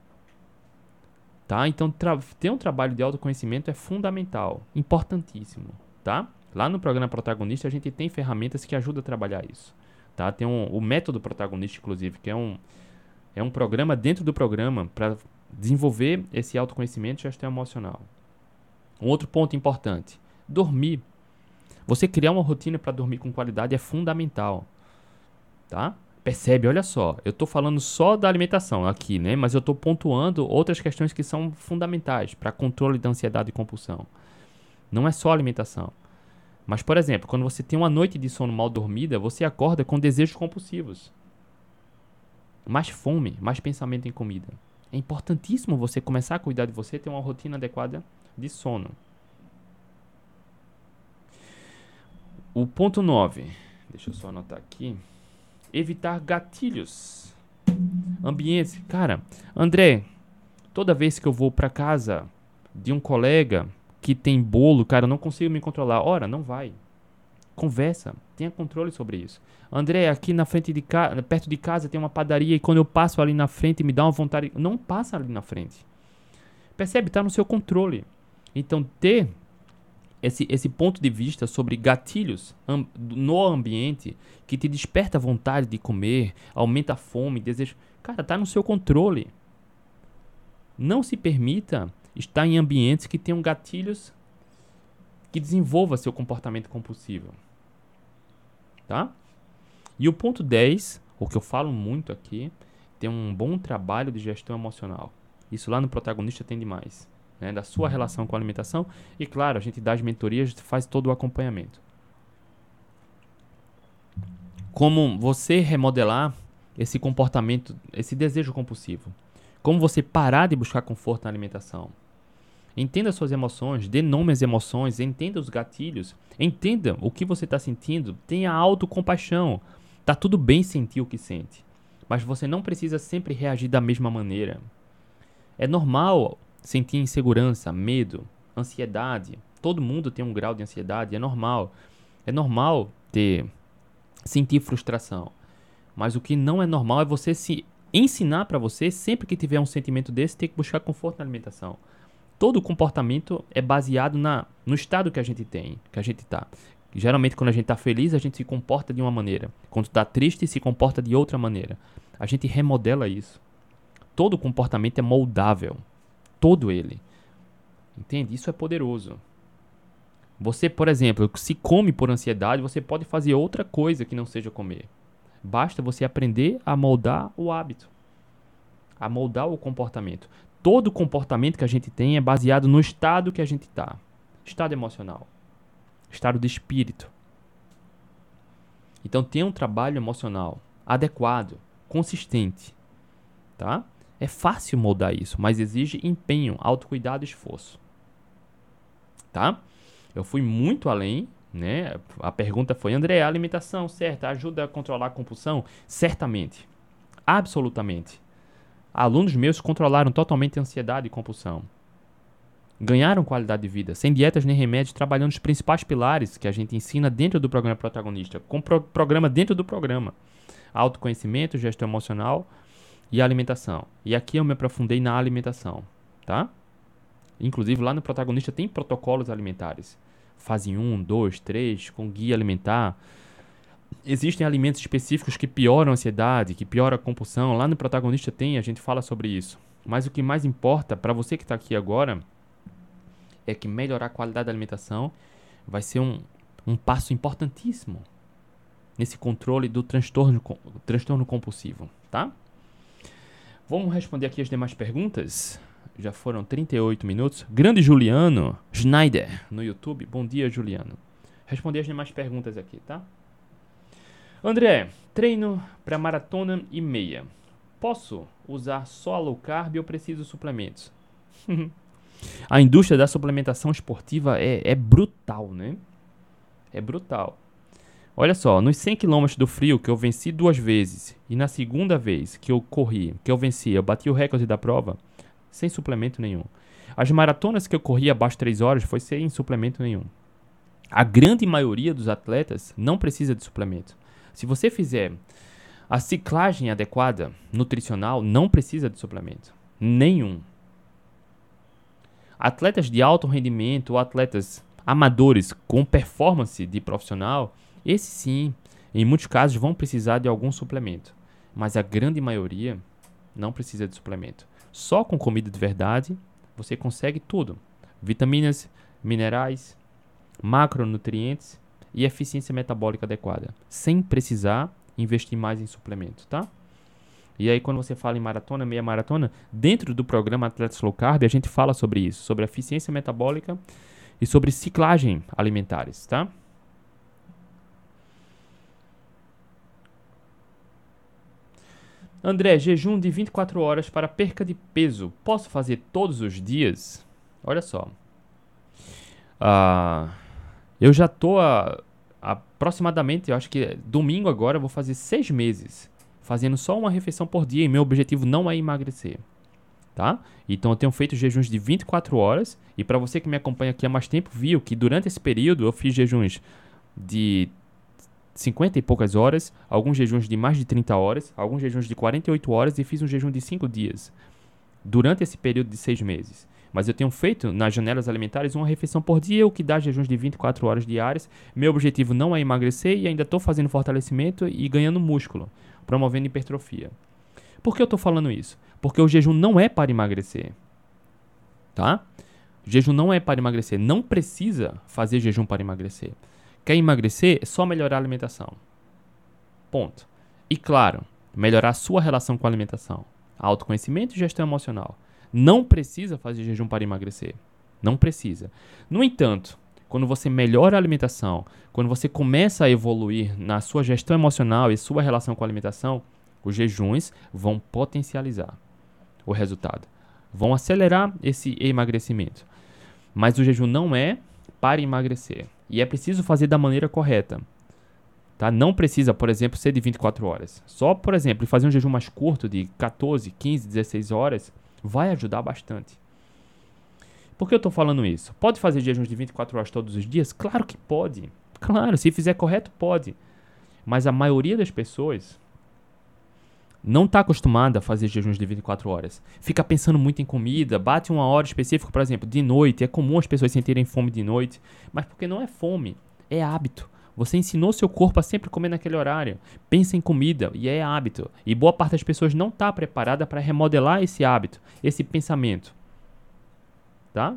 Tá? Então ter um trabalho de autoconhecimento é fundamental, importantíssimo, tá? Lá no programa Protagonista a gente tem ferramentas que ajudam a trabalhar isso, tá? Tem o método Protagonista, inclusive, que é um programa dentro do programa para desenvolver esse autoconhecimento e gestão emocional. Um outro ponto importante, dormir. Você criar uma rotina para dormir com qualidade é fundamental, tá? Percebe, olha só, eu estou falando só da alimentação aqui, né? Mas eu estou pontuando outras questões que são fundamentais para controle da ansiedade e compulsão. Não é só alimentação. Mas, por exemplo, quando você tem uma noite de sono mal dormida, você acorda com desejos compulsivos. Mais fome, mais pensamento em comida. É importantíssimo você começar a cuidar de você e ter uma rotina adequada de sono. O ponto 9. Deixa eu só anotar aqui. Evitar gatilhos. Ambientes. Cara, André, toda vez que eu vou pra casa de um colega que tem bolo, cara, eu não consigo me controlar. Ora, não vai. Conversa, tenha controle sobre isso. André, aqui na frente de casa, perto de casa tem uma padaria e quando eu passo ali na frente me dá uma vontade. Não passa ali na frente. Percebe? Tá no seu controle. Então, ter esse ponto de vista sobre gatilhos no ambiente que te desperta a vontade de comer, aumenta a fome, desejo. Cara, tá no seu controle. Não se permita estar em ambientes que tenham gatilhos que desenvolva seu comportamento compulsivo. Tá? E o ponto 10, o que eu falo muito aqui, tem um bom trabalho de gestão emocional. Isso lá no Protagonista tem demais. Né, da sua relação com a alimentação. E claro, a gente dá as mentorias, faz todo o acompanhamento. Como você remodelar esse comportamento, esse desejo compulsivo. Como você parar de buscar conforto na alimentação. Entenda suas emoções, dê nome às emoções, entenda os gatilhos, entenda o que você está sentindo, tenha autocompaixão. Tá tudo bem sentir o que sente, mas você não precisa sempre reagir da mesma maneira. É normal sentir insegurança, medo, ansiedade. Todo mundo tem um grau de ansiedade, é normal. É normal sentir frustração. Mas o que não é normal é você se ensinar para você, sempre que tiver um sentimento desse, ter que buscar conforto na alimentação. Todo comportamento é baseado no estado que a gente tem, que a gente tá. Geralmente, quando a gente tá feliz, a gente se comporta de uma maneira. Quando tá triste, se comporta de outra maneira. A gente remodela isso. Todo comportamento é moldável. Todo ele. Entende? Isso é poderoso. Você, por exemplo, se come por ansiedade, você pode fazer outra coisa que não seja comer. Basta você aprender a moldar o hábito. A moldar o comportamento. Todo comportamento que a gente tem é baseado no estado que a gente está. Estado emocional. Estado de espírito. Então, tenha um trabalho emocional adequado, consistente. Tá? É fácil moldar isso, mas exige empenho, autocuidado e esforço. Tá? Eu fui muito além, né? A pergunta foi, André, a alimentação certa ajuda a controlar a compulsão? Certamente. Absolutamente. Alunos meus controlaram totalmente a ansiedade e compulsão. Ganharam qualidade de vida, sem dietas nem remédios, trabalhando os principais pilares que a gente ensina dentro do programa Protagonista, com programa dentro do programa. Autoconhecimento, gestão emocional e alimentação. E aqui eu me aprofundei na alimentação, tá? Inclusive lá no Protagonista tem protocolos alimentares. Fase 1, 2, 3, com guia alimentar. Existem alimentos específicos que pioram a ansiedade, que pioram a compulsão. Lá no Protagonista tem, a gente fala sobre isso. Mas o que mais importa para você que está aqui agora é que melhorar a qualidade da alimentação vai ser um passo importantíssimo nesse controle do transtorno compulsivo, tá? Vamos responder aqui as demais perguntas. Já foram 38 minutos. Grande Juliano Schneider no YouTube. Bom dia, Juliano. Responder as demais perguntas aqui, tá? André, treino para maratona e meia. Posso usar só low carb ou preciso suplementos? A indústria da suplementação esportiva é brutal, né? É brutal. Olha só, nos 100 km do frio que eu venci 2 vezes e na segunda vez que eu corri, que eu venci, eu bati o recorde da prova sem suplemento nenhum. As maratonas que eu corri abaixo de 3 horas foi sem suplemento nenhum. A grande maioria dos atletas não precisa de suplemento. Se você fizer a ciclagem adequada, nutricional, não precisa de suplemento nenhum. Atletas de alto rendimento ou atletas amadores com performance de profissional, esses sim, em muitos casos vão precisar de algum suplemento. Mas a grande maioria não precisa de suplemento. Só com comida de verdade você consegue tudo. Vitaminas, minerais, macronutrientes e eficiência metabólica adequada. Sem precisar investir mais em suplemento, tá? E aí quando você fala em maratona, meia maratona, dentro do programa Atletas Low Carb, a gente fala sobre isso, sobre eficiência metabólica e sobre ciclagem alimentares, tá? André, jejum de 24 horas para perca de peso. Posso fazer todos os dias? Olha só. Eu já tô aproximadamente, eu acho que domingo agora eu vou fazer 6 meses fazendo só uma refeição por dia, e meu objetivo não é emagrecer, tá? Então eu tenho feito jejuns de 24 horas, e para você que me acompanha aqui há mais tempo, viu que durante esse período eu fiz jejuns de 50 e poucas horas, alguns jejuns de mais de 30 horas, alguns jejuns de 48 horas e fiz um jejum de 5 dias durante esse período de 6 meses. Mas eu tenho feito nas janelas alimentares uma refeição por dia, o que dá jejuns de 24 horas diárias. Meu objetivo não é emagrecer e ainda estou fazendo fortalecimento e ganhando músculo, promovendo hipertrofia. Por que eu estou falando isso? Porque o jejum não é para emagrecer, tá? O jejum não é para emagrecer. Não precisa fazer jejum para emagrecer. Quer emagrecer? É só melhorar a alimentação. Ponto. E claro, melhorar a sua relação com a alimentação. Autoconhecimento e gestão emocional. Não precisa fazer jejum para emagrecer. Não precisa. No entanto, quando você melhora a alimentação, quando você começa a evoluir na sua gestão emocional e sua relação com a alimentação, os jejuns vão potencializar o resultado. Vão acelerar esse emagrecimento. Mas o jejum não é para emagrecer. E é preciso fazer da maneira correta. Tá? Não precisa, por exemplo, ser de 24 horas. Só, por exemplo, fazer um jejum mais curto de 14, 15, 16 horas vai ajudar bastante. Por que eu estou falando isso? Pode fazer jejuns de 24 horas todos os dias? Claro que pode. Claro, se fizer correto, pode. Mas a maioria das pessoas não está acostumada a fazer jejuns de 24 horas. Fica pensando muito em comida, bate uma hora específica, por exemplo, de noite. É comum as pessoas sentirem fome de noite, mas porque não é fome, é hábito. Você ensinou seu corpo a sempre comer naquele horário. Pensa em comida e é hábito. E boa parte das pessoas não está preparada para remodelar esse hábito, esse pensamento. Tá?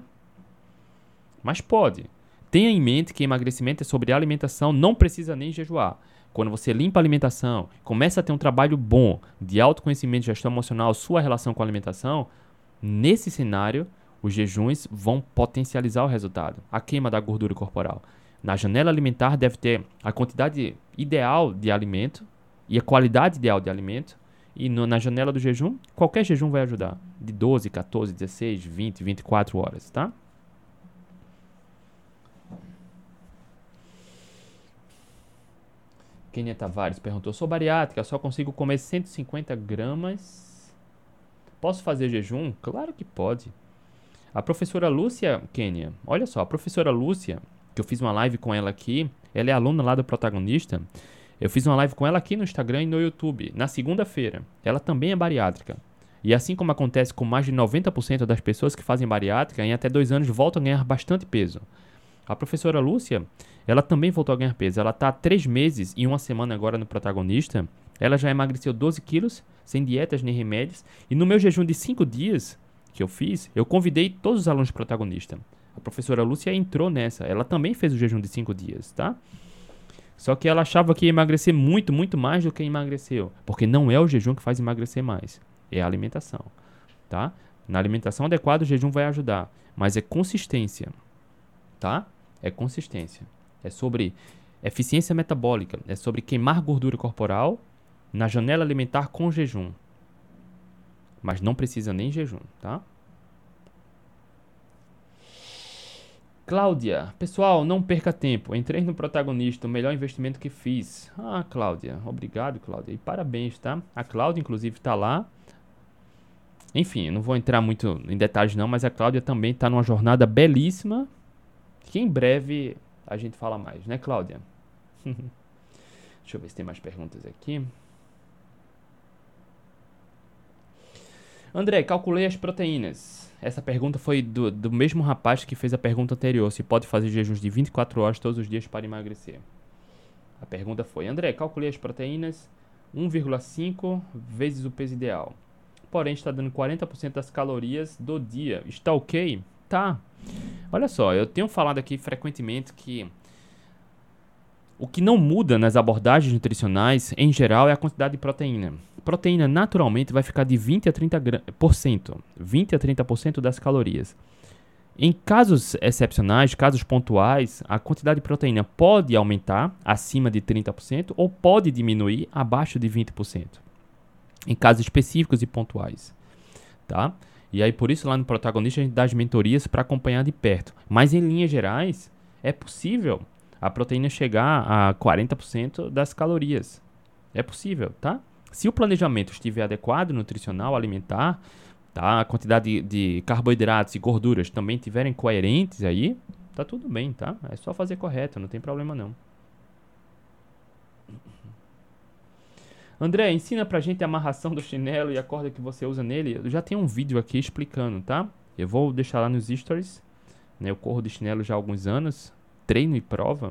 Mas pode. Tenha em mente que emagrecimento é sobre alimentação, não precisa nem jejuar. Quando você limpa a alimentação, começa a ter um trabalho bom de autoconhecimento, gestão emocional, sua relação com a alimentação, nesse cenário, os jejuns vão potencializar o resultado, a queima da gordura corporal. Na janela alimentar deve ter a quantidade ideal de alimento e a qualidade ideal de alimento. E na janela do jejum, qualquer jejum vai ajudar. De 12, 14, 16, 20, 24 horas, tá? Kenia Tavares perguntou: sou bariátrica, só consigo comer 150 gramas. Posso fazer jejum? Claro que pode. A professora Lúcia, Kenia, olha só, a professora Lúcia, que eu fiz uma live com ela aqui, ela é aluna lá do Protagonista. Eu fiz uma live com ela aqui no Instagram e no YouTube, na segunda-feira. Ela também é bariátrica. E assim como acontece com mais de 90% das pessoas que fazem bariátrica, em até 2 anos voltam a ganhar bastante peso. A professora Lúcia, ela também voltou a ganhar peso. Ela está há 3 meses e 1 semana agora no Protagonista. Ela já emagreceu 12 quilos, sem dietas nem remédios. E no meu jejum de 5 dias que eu fiz, eu convidei todos os alunos do Protagonista. A professora Lúcia entrou nessa. Ela também fez o jejum de 5 dias, tá? Só que ela achava que ia emagrecer muito, muito mais do que emagreceu. Porque não é o jejum que faz emagrecer mais. É a alimentação, tá? Na alimentação adequada o jejum vai ajudar. Mas é consistência, tá? É consistência. É sobre eficiência metabólica. É sobre queimar gordura corporal na janela alimentar com jejum. Mas não precisa nem jejum, tá? Cláudia, pessoal, não perca tempo. Entrei no Protagonista, o melhor investimento que fiz. Ah, Cláudia, obrigado, Cláudia. E parabéns, tá? A Cláudia, inclusive, tá lá. Enfim, eu não vou entrar muito em detalhes não, mas a Cláudia também está numa jornada belíssima, que em breve a gente fala mais, né, Cláudia? Deixa eu ver se tem mais perguntas aqui. André, calculei as proteínas. Essa pergunta foi do mesmo rapaz que fez a pergunta anterior, se pode fazer jejuns de 24 horas todos os dias para emagrecer. A pergunta foi: André, calculei as proteínas, 1,5 vezes o peso ideal. Porém, está dando 40% das calorias do dia. Está ok? Tá. Olha só, eu tenho falado aqui frequentemente que o que não muda nas abordagens nutricionais, em geral, é a quantidade de proteína. Proteína, naturalmente, vai ficar de 20 a 30%. 20 a 30% das calorias. Em casos excepcionais, casos pontuais, a quantidade de proteína pode aumentar acima de 30% ou pode diminuir abaixo de 20%. Em casos específicos e pontuais, tá? E aí, por isso, lá no Protagonista, a gente dá as mentorias para acompanhar de perto. Mas, em linhas gerais, é possível a proteína chegar a 40% das calorias. É possível, tá? Se o planejamento estiver adequado, nutricional, alimentar, tá? A quantidade de carboidratos e gorduras também estiverem coerentes aí, tá tudo bem, tá? É só fazer correto, não tem problema não. André, ensina pra gente a amarração do chinelo e a corda que você usa nele. Eu já tenho um vídeo aqui explicando, tá? Eu vou deixar lá nos stories, né? Eu corro de chinelo já há alguns anos, treino e prova.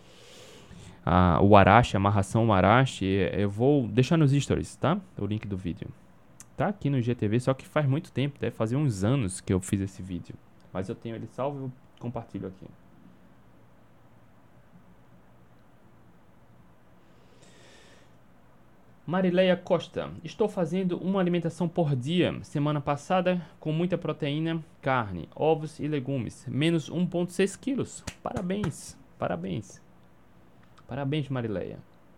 O Arashi, a amarração Arashi, eu vou deixar nos stories, tá? O link do vídeo. Tá aqui no IGTV, só que faz muito tempo, deve fazer uns anos que eu fiz esse vídeo. Mas eu tenho ele salvo e compartilho aqui. Marileia Costa, estou fazendo uma alimentação por dia. Semana passada, com muita proteína, carne, ovos e legumes. Menos 1,6 quilos. Parabéns, parabéns. Parabéns, Marileia.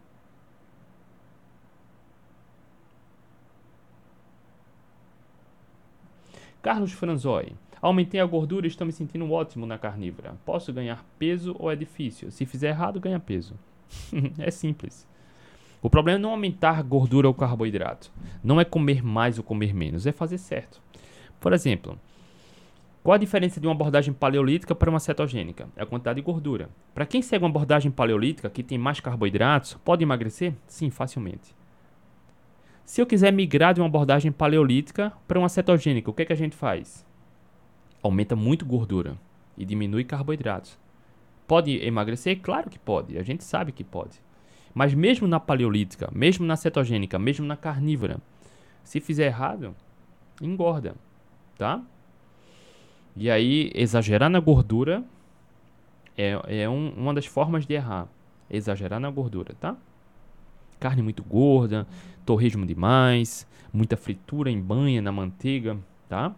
Carlos Franzoi. Aumentei a gordura e estou me sentindo ótimo na carnívora. Posso ganhar peso ou é difícil? Se fizer errado, ganha peso. É simples. O problema é não aumentar gordura ou carboidrato. Não é comer mais ou comer menos, é fazer certo. Por exemplo, qual a diferença de uma abordagem paleolítica para uma cetogênica? É a quantidade de gordura. Para quem segue uma abordagem paleolítica que tem mais carboidratos, pode emagrecer? Sim, facilmente. Se eu quiser migrar de uma abordagem paleolítica para uma cetogênica, o que é que a gente faz? Aumenta muito gordura e diminui carboidratos. Pode emagrecer? Claro que pode, a gente sabe que pode. Mas mesmo na paleolítica, mesmo na cetogênica, mesmo na carnívora, se fizer errado, engorda, tá? E aí, exagerar na gordura é uma das formas de errar. Exagerar na gordura, tá? Carne muito gorda, torresmo demais, muita fritura em banha, na manteiga, tá?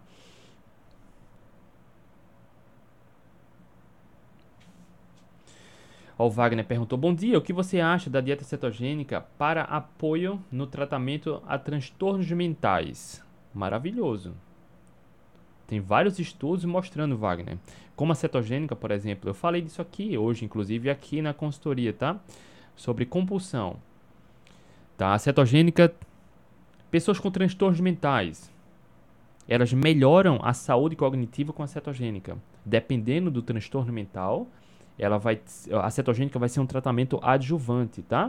O Wagner perguntou: bom dia, o que você acha da dieta cetogênica para apoio no tratamento a transtornos mentais? Maravilhoso. Tem vários estudos mostrando, Wagner, como a cetogênica, por exemplo. Eu falei disso aqui hoje, inclusive aqui na consultoria, tá? Sobre compulsão. Tá? A cetogênica, pessoas com transtornos mentais, elas melhoram a saúde cognitiva com a cetogênica. Dependendo do transtorno mental, a cetogênica vai ser um tratamento adjuvante, tá?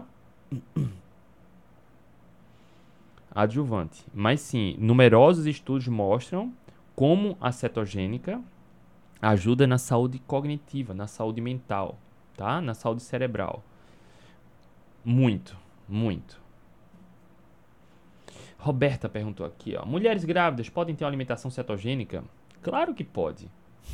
Adjuvante. Mas sim, numerosos estudos mostram como a cetogênica ajuda na saúde cognitiva, na saúde mental, tá? Na saúde cerebral. Muito, muito. Roberta perguntou aqui, ó. Mulheres grávidas podem ter uma alimentação cetogênica? Claro que pode.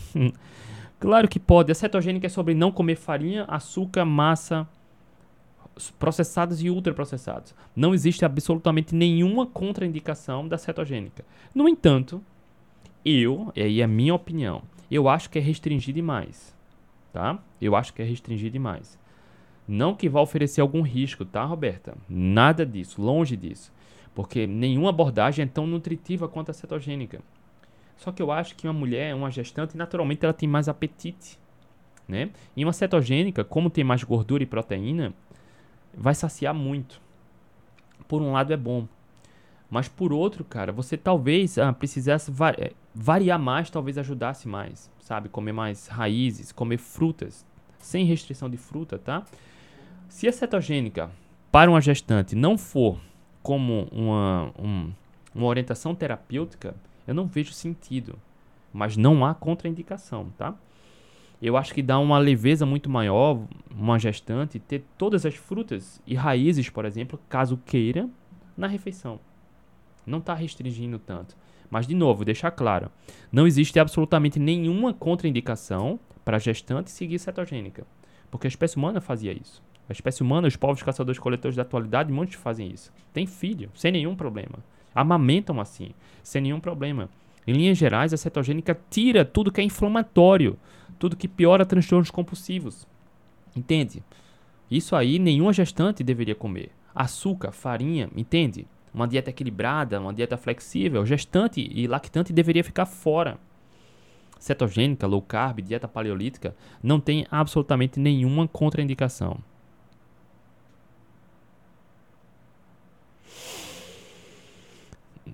Claro que pode. A cetogênica é sobre não comer farinha, açúcar, massa, processados e ultraprocessados. Não existe absolutamente nenhuma contraindicação da cetogênica. No entanto, e aí é a minha opinião, eu acho que é restringir demais, tá? Eu acho que é restringir demais. Não que vá oferecer algum risco, tá, Roberta? Nada disso, longe disso. Porque nenhuma abordagem é tão nutritiva quanto a cetogênica. Só que eu acho que uma mulher, uma gestante, naturalmente ela tem mais apetite, né? E uma cetogênica, como tem mais gordura e proteína, vai saciar muito. Por um lado é bom. Mas por outro, cara, você talvez precisasse variar mais, talvez ajudasse mais, sabe? Comer mais raízes, comer frutas, sem restrição de fruta, tá? Se a cetogênica para uma gestante não for como uma orientação terapêutica, eu não vejo sentido. Mas não há contraindicação, tá? Eu acho que dá uma leveza muito maior uma gestante ter todas as frutas e raízes, por exemplo, caso queira, na refeição. Não está restringindo tanto. Mas, de novo, deixar claro, não existe absolutamente nenhuma contraindicação para a gestante seguir cetogênica. Porque a espécie humana fazia isso. A espécie humana, os povos caçadores-coletores da atualidade, muitos fazem isso. Tem filho, sem nenhum problema. Amamentam assim, sem nenhum problema. Em linhas gerais, a cetogênica tira tudo que é inflamatório, tudo que piora transtornos compulsivos. Entende? Isso aí nenhuma gestante deveria comer. Açúcar, farinha, entende? Uma dieta equilibrada, uma dieta flexível, gestante e lactante deveria ficar fora. Cetogênica, low carb, dieta paleolítica, não tem absolutamente nenhuma contraindicação.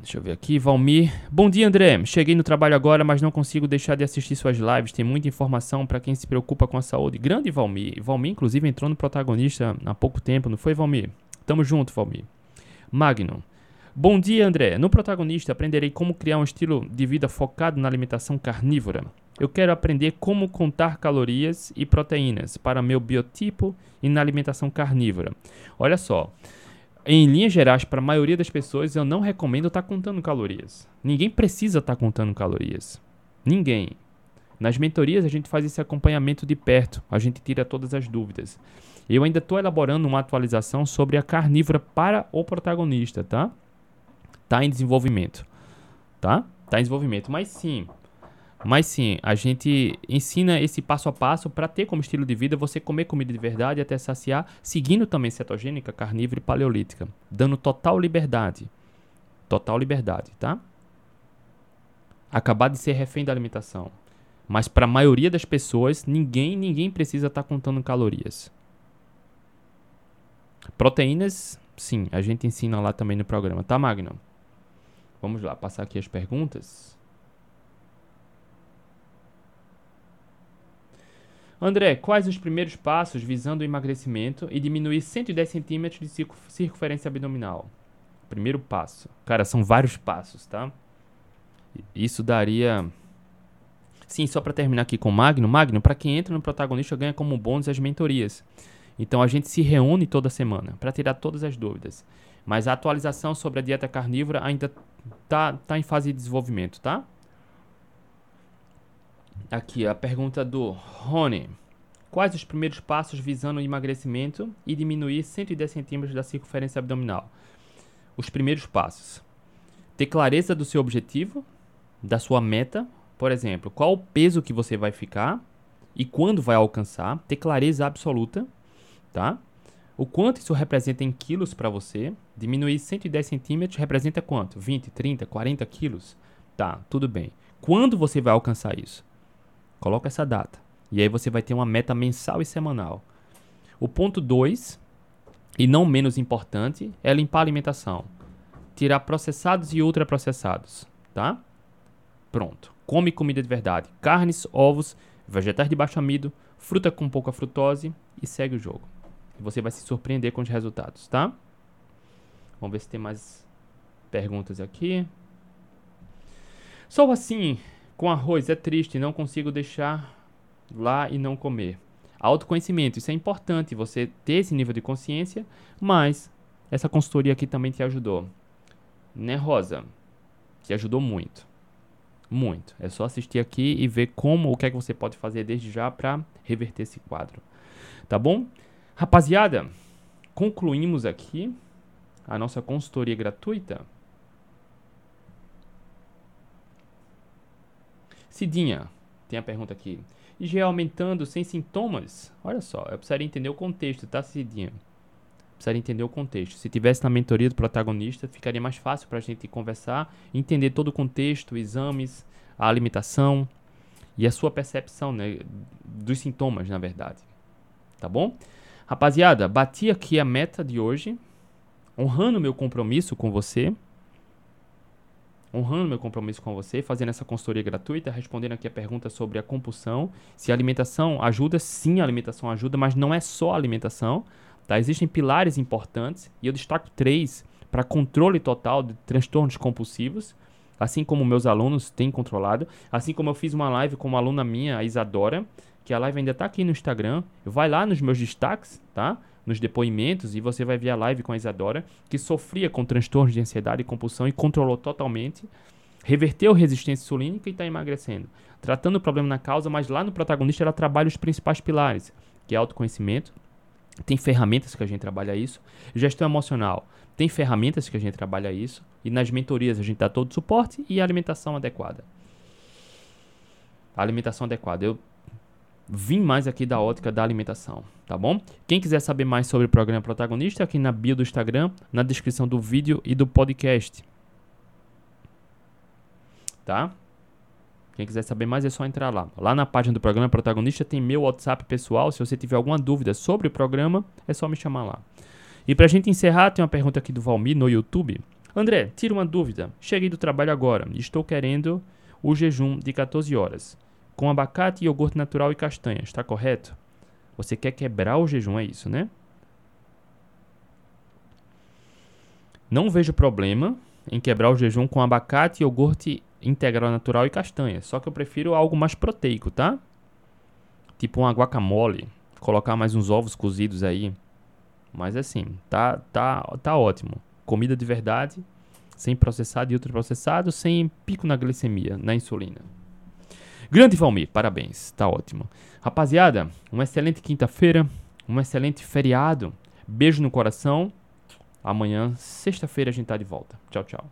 Deixa eu ver aqui, Valmir. Bom dia, André. Cheguei no trabalho agora, mas não consigo deixar de assistir suas lives. Tem muita informação para quem se preocupa com a saúde. Grande Valmir. Valmir, inclusive, entrou no Protagonista há pouco tempo, não foi, Valmir? Tamo junto, Valmir. Magnum. Bom dia, André. No Protagonista, aprenderei como criar um estilo de vida focado na alimentação carnívora. Eu quero aprender como contar calorias e proteínas para meu biotipo e na alimentação carnívora. Olha só. Em linhas gerais, para a maioria das pessoas, eu não recomendo estar contando calorias. Ninguém precisa estar contando calorias. Ninguém. Nas mentorias, a gente faz esse acompanhamento de perto. A gente tira todas as dúvidas. Eu ainda estou elaborando uma atualização sobre a carnívora para o Protagonista, tá? Tá em desenvolvimento. Tá? Tá em desenvolvimento. Mas sim, a gente ensina esse passo a passo para ter como estilo de vida você comer comida de verdade até saciar, seguindo também cetogênica, carnívora e paleolítica, dando total liberdade. Total liberdade, tá? Acabar de ser refém da alimentação. Mas para a maioria das pessoas, ninguém precisa estar contando calorias. Proteínas, sim, a gente ensina lá também no programa, tá, Magno? Vamos lá, passar aqui as perguntas. André, quais os primeiros passos visando o emagrecimento e diminuir 110 centímetros de circunferência abdominal? Primeiro passo. Cara, são vários passos, tá? Isso daria... Sim, só para terminar aqui com o Magno. Magno, para quem entra no Protagonista, ganha como bônus as mentorias. Então, a gente se reúne toda semana para tirar todas as dúvidas. Mas a atualização sobre a dieta carnívora ainda tá em fase de desenvolvimento, tá? Aqui, a pergunta do Rony. Quais os primeiros passos visando o emagrecimento e diminuir 110 centímetros da circunferência abdominal? Os primeiros passos. Ter clareza do seu objetivo, da sua meta. Por exemplo, qual o peso que você vai ficar e quando vai alcançar. Ter clareza absoluta, tá? O quanto isso representa em quilos para você. Diminuir 110 centímetros representa quanto? 20, 30, 40 quilos? Tá, tudo bem. Quando você vai alcançar isso? Coloca essa data. E aí você vai ter uma meta mensal e semanal. O ponto 2, e não menos importante, é limpar a alimentação. Tirar processados e ultraprocessados, tá? Pronto. Come comida de verdade. Carnes, ovos, vegetais de baixo amido, fruta com pouca frutose e segue o jogo. E você vai se surpreender com os resultados, tá? Vamos ver se tem mais perguntas aqui. Só assim... Com arroz é triste, não consigo deixar lá e não comer. Autoconhecimento, isso é importante, você ter esse nível de consciência, mas essa consultoria aqui também te ajudou. Né, Rosa? Te ajudou muito. Muito. É só assistir aqui e ver o que é que você pode fazer desde já para reverter esse quadro. Tá bom? Rapaziada, concluímos aqui a nossa consultoria gratuita. Cidinha, tem a pergunta aqui. IgE aumentando sem sintomas? Olha só, eu precisaria entender o contexto, tá, Cidinha? Precisaria entender o contexto. Se tivesse na mentoria do Protagonista, ficaria mais fácil para a gente conversar, entender todo o contexto, exames, a alimentação e a sua percepção, né, dos sintomas, na verdade. Tá bom? Rapaziada, bati aqui a meta de hoje, honrando meu compromisso com você. Fazendo essa consultoria gratuita, respondendo aqui a pergunta sobre a compulsão. Se a alimentação ajuda, sim, a alimentação ajuda, mas não é só a alimentação, tá? Existem pilares importantes e eu destaco 3 para controle total de transtornos compulsivos, assim como meus alunos têm controlado, assim como eu fiz uma live com uma aluna minha, a Isadora, que a live ainda está aqui no Instagram. Vai lá nos meus destaques, tá? Nos depoimentos, e você vai ver a live com a Isadora, que sofria com transtornos de ansiedade e compulsão e controlou totalmente, reverteu resistência insulínica e está emagrecendo. Tratando o problema na causa, mas lá no Protagonista ela trabalha os principais pilares, que é autoconhecimento, tem ferramentas que a gente trabalha isso, gestão emocional, tem ferramentas que a gente trabalha isso, e nas mentorias a gente dá todo o suporte e a alimentação adequada. A alimentação adequada. Eu vim mais aqui da ótica da alimentação, tá bom? Quem quiser saber mais sobre o programa Protagonista, aqui na bio do Instagram, na descrição do vídeo e do podcast. Tá? Quem quiser saber mais é só entrar lá. Lá na página do programa Protagonista tem meu WhatsApp pessoal. Se você tiver alguma dúvida sobre o programa, é só me chamar lá. E pra gente encerrar, tem uma pergunta aqui do Valmir no YouTube. André, tira uma dúvida. Cheguei do trabalho agora e estou querendo o jejum de 14 horas, com abacate, iogurte natural e castanhas, está correto? Você quer quebrar o jejum, é isso, né? Não vejo problema em quebrar o jejum com abacate, iogurte integral natural e castanha. Só que eu prefiro algo mais proteico, tá? Tipo uma guacamole. Colocar mais uns ovos cozidos aí. Mas assim, tá ótimo. Comida de verdade, sem processado e ultraprocessado, sem pico na glicemia, na insulina. Grande Valmir, parabéns, tá ótimo. Rapaziada, uma excelente quinta-feira, um excelente feriado. Beijo no coração. Amanhã, sexta-feira, a gente tá de volta. Tchau, tchau.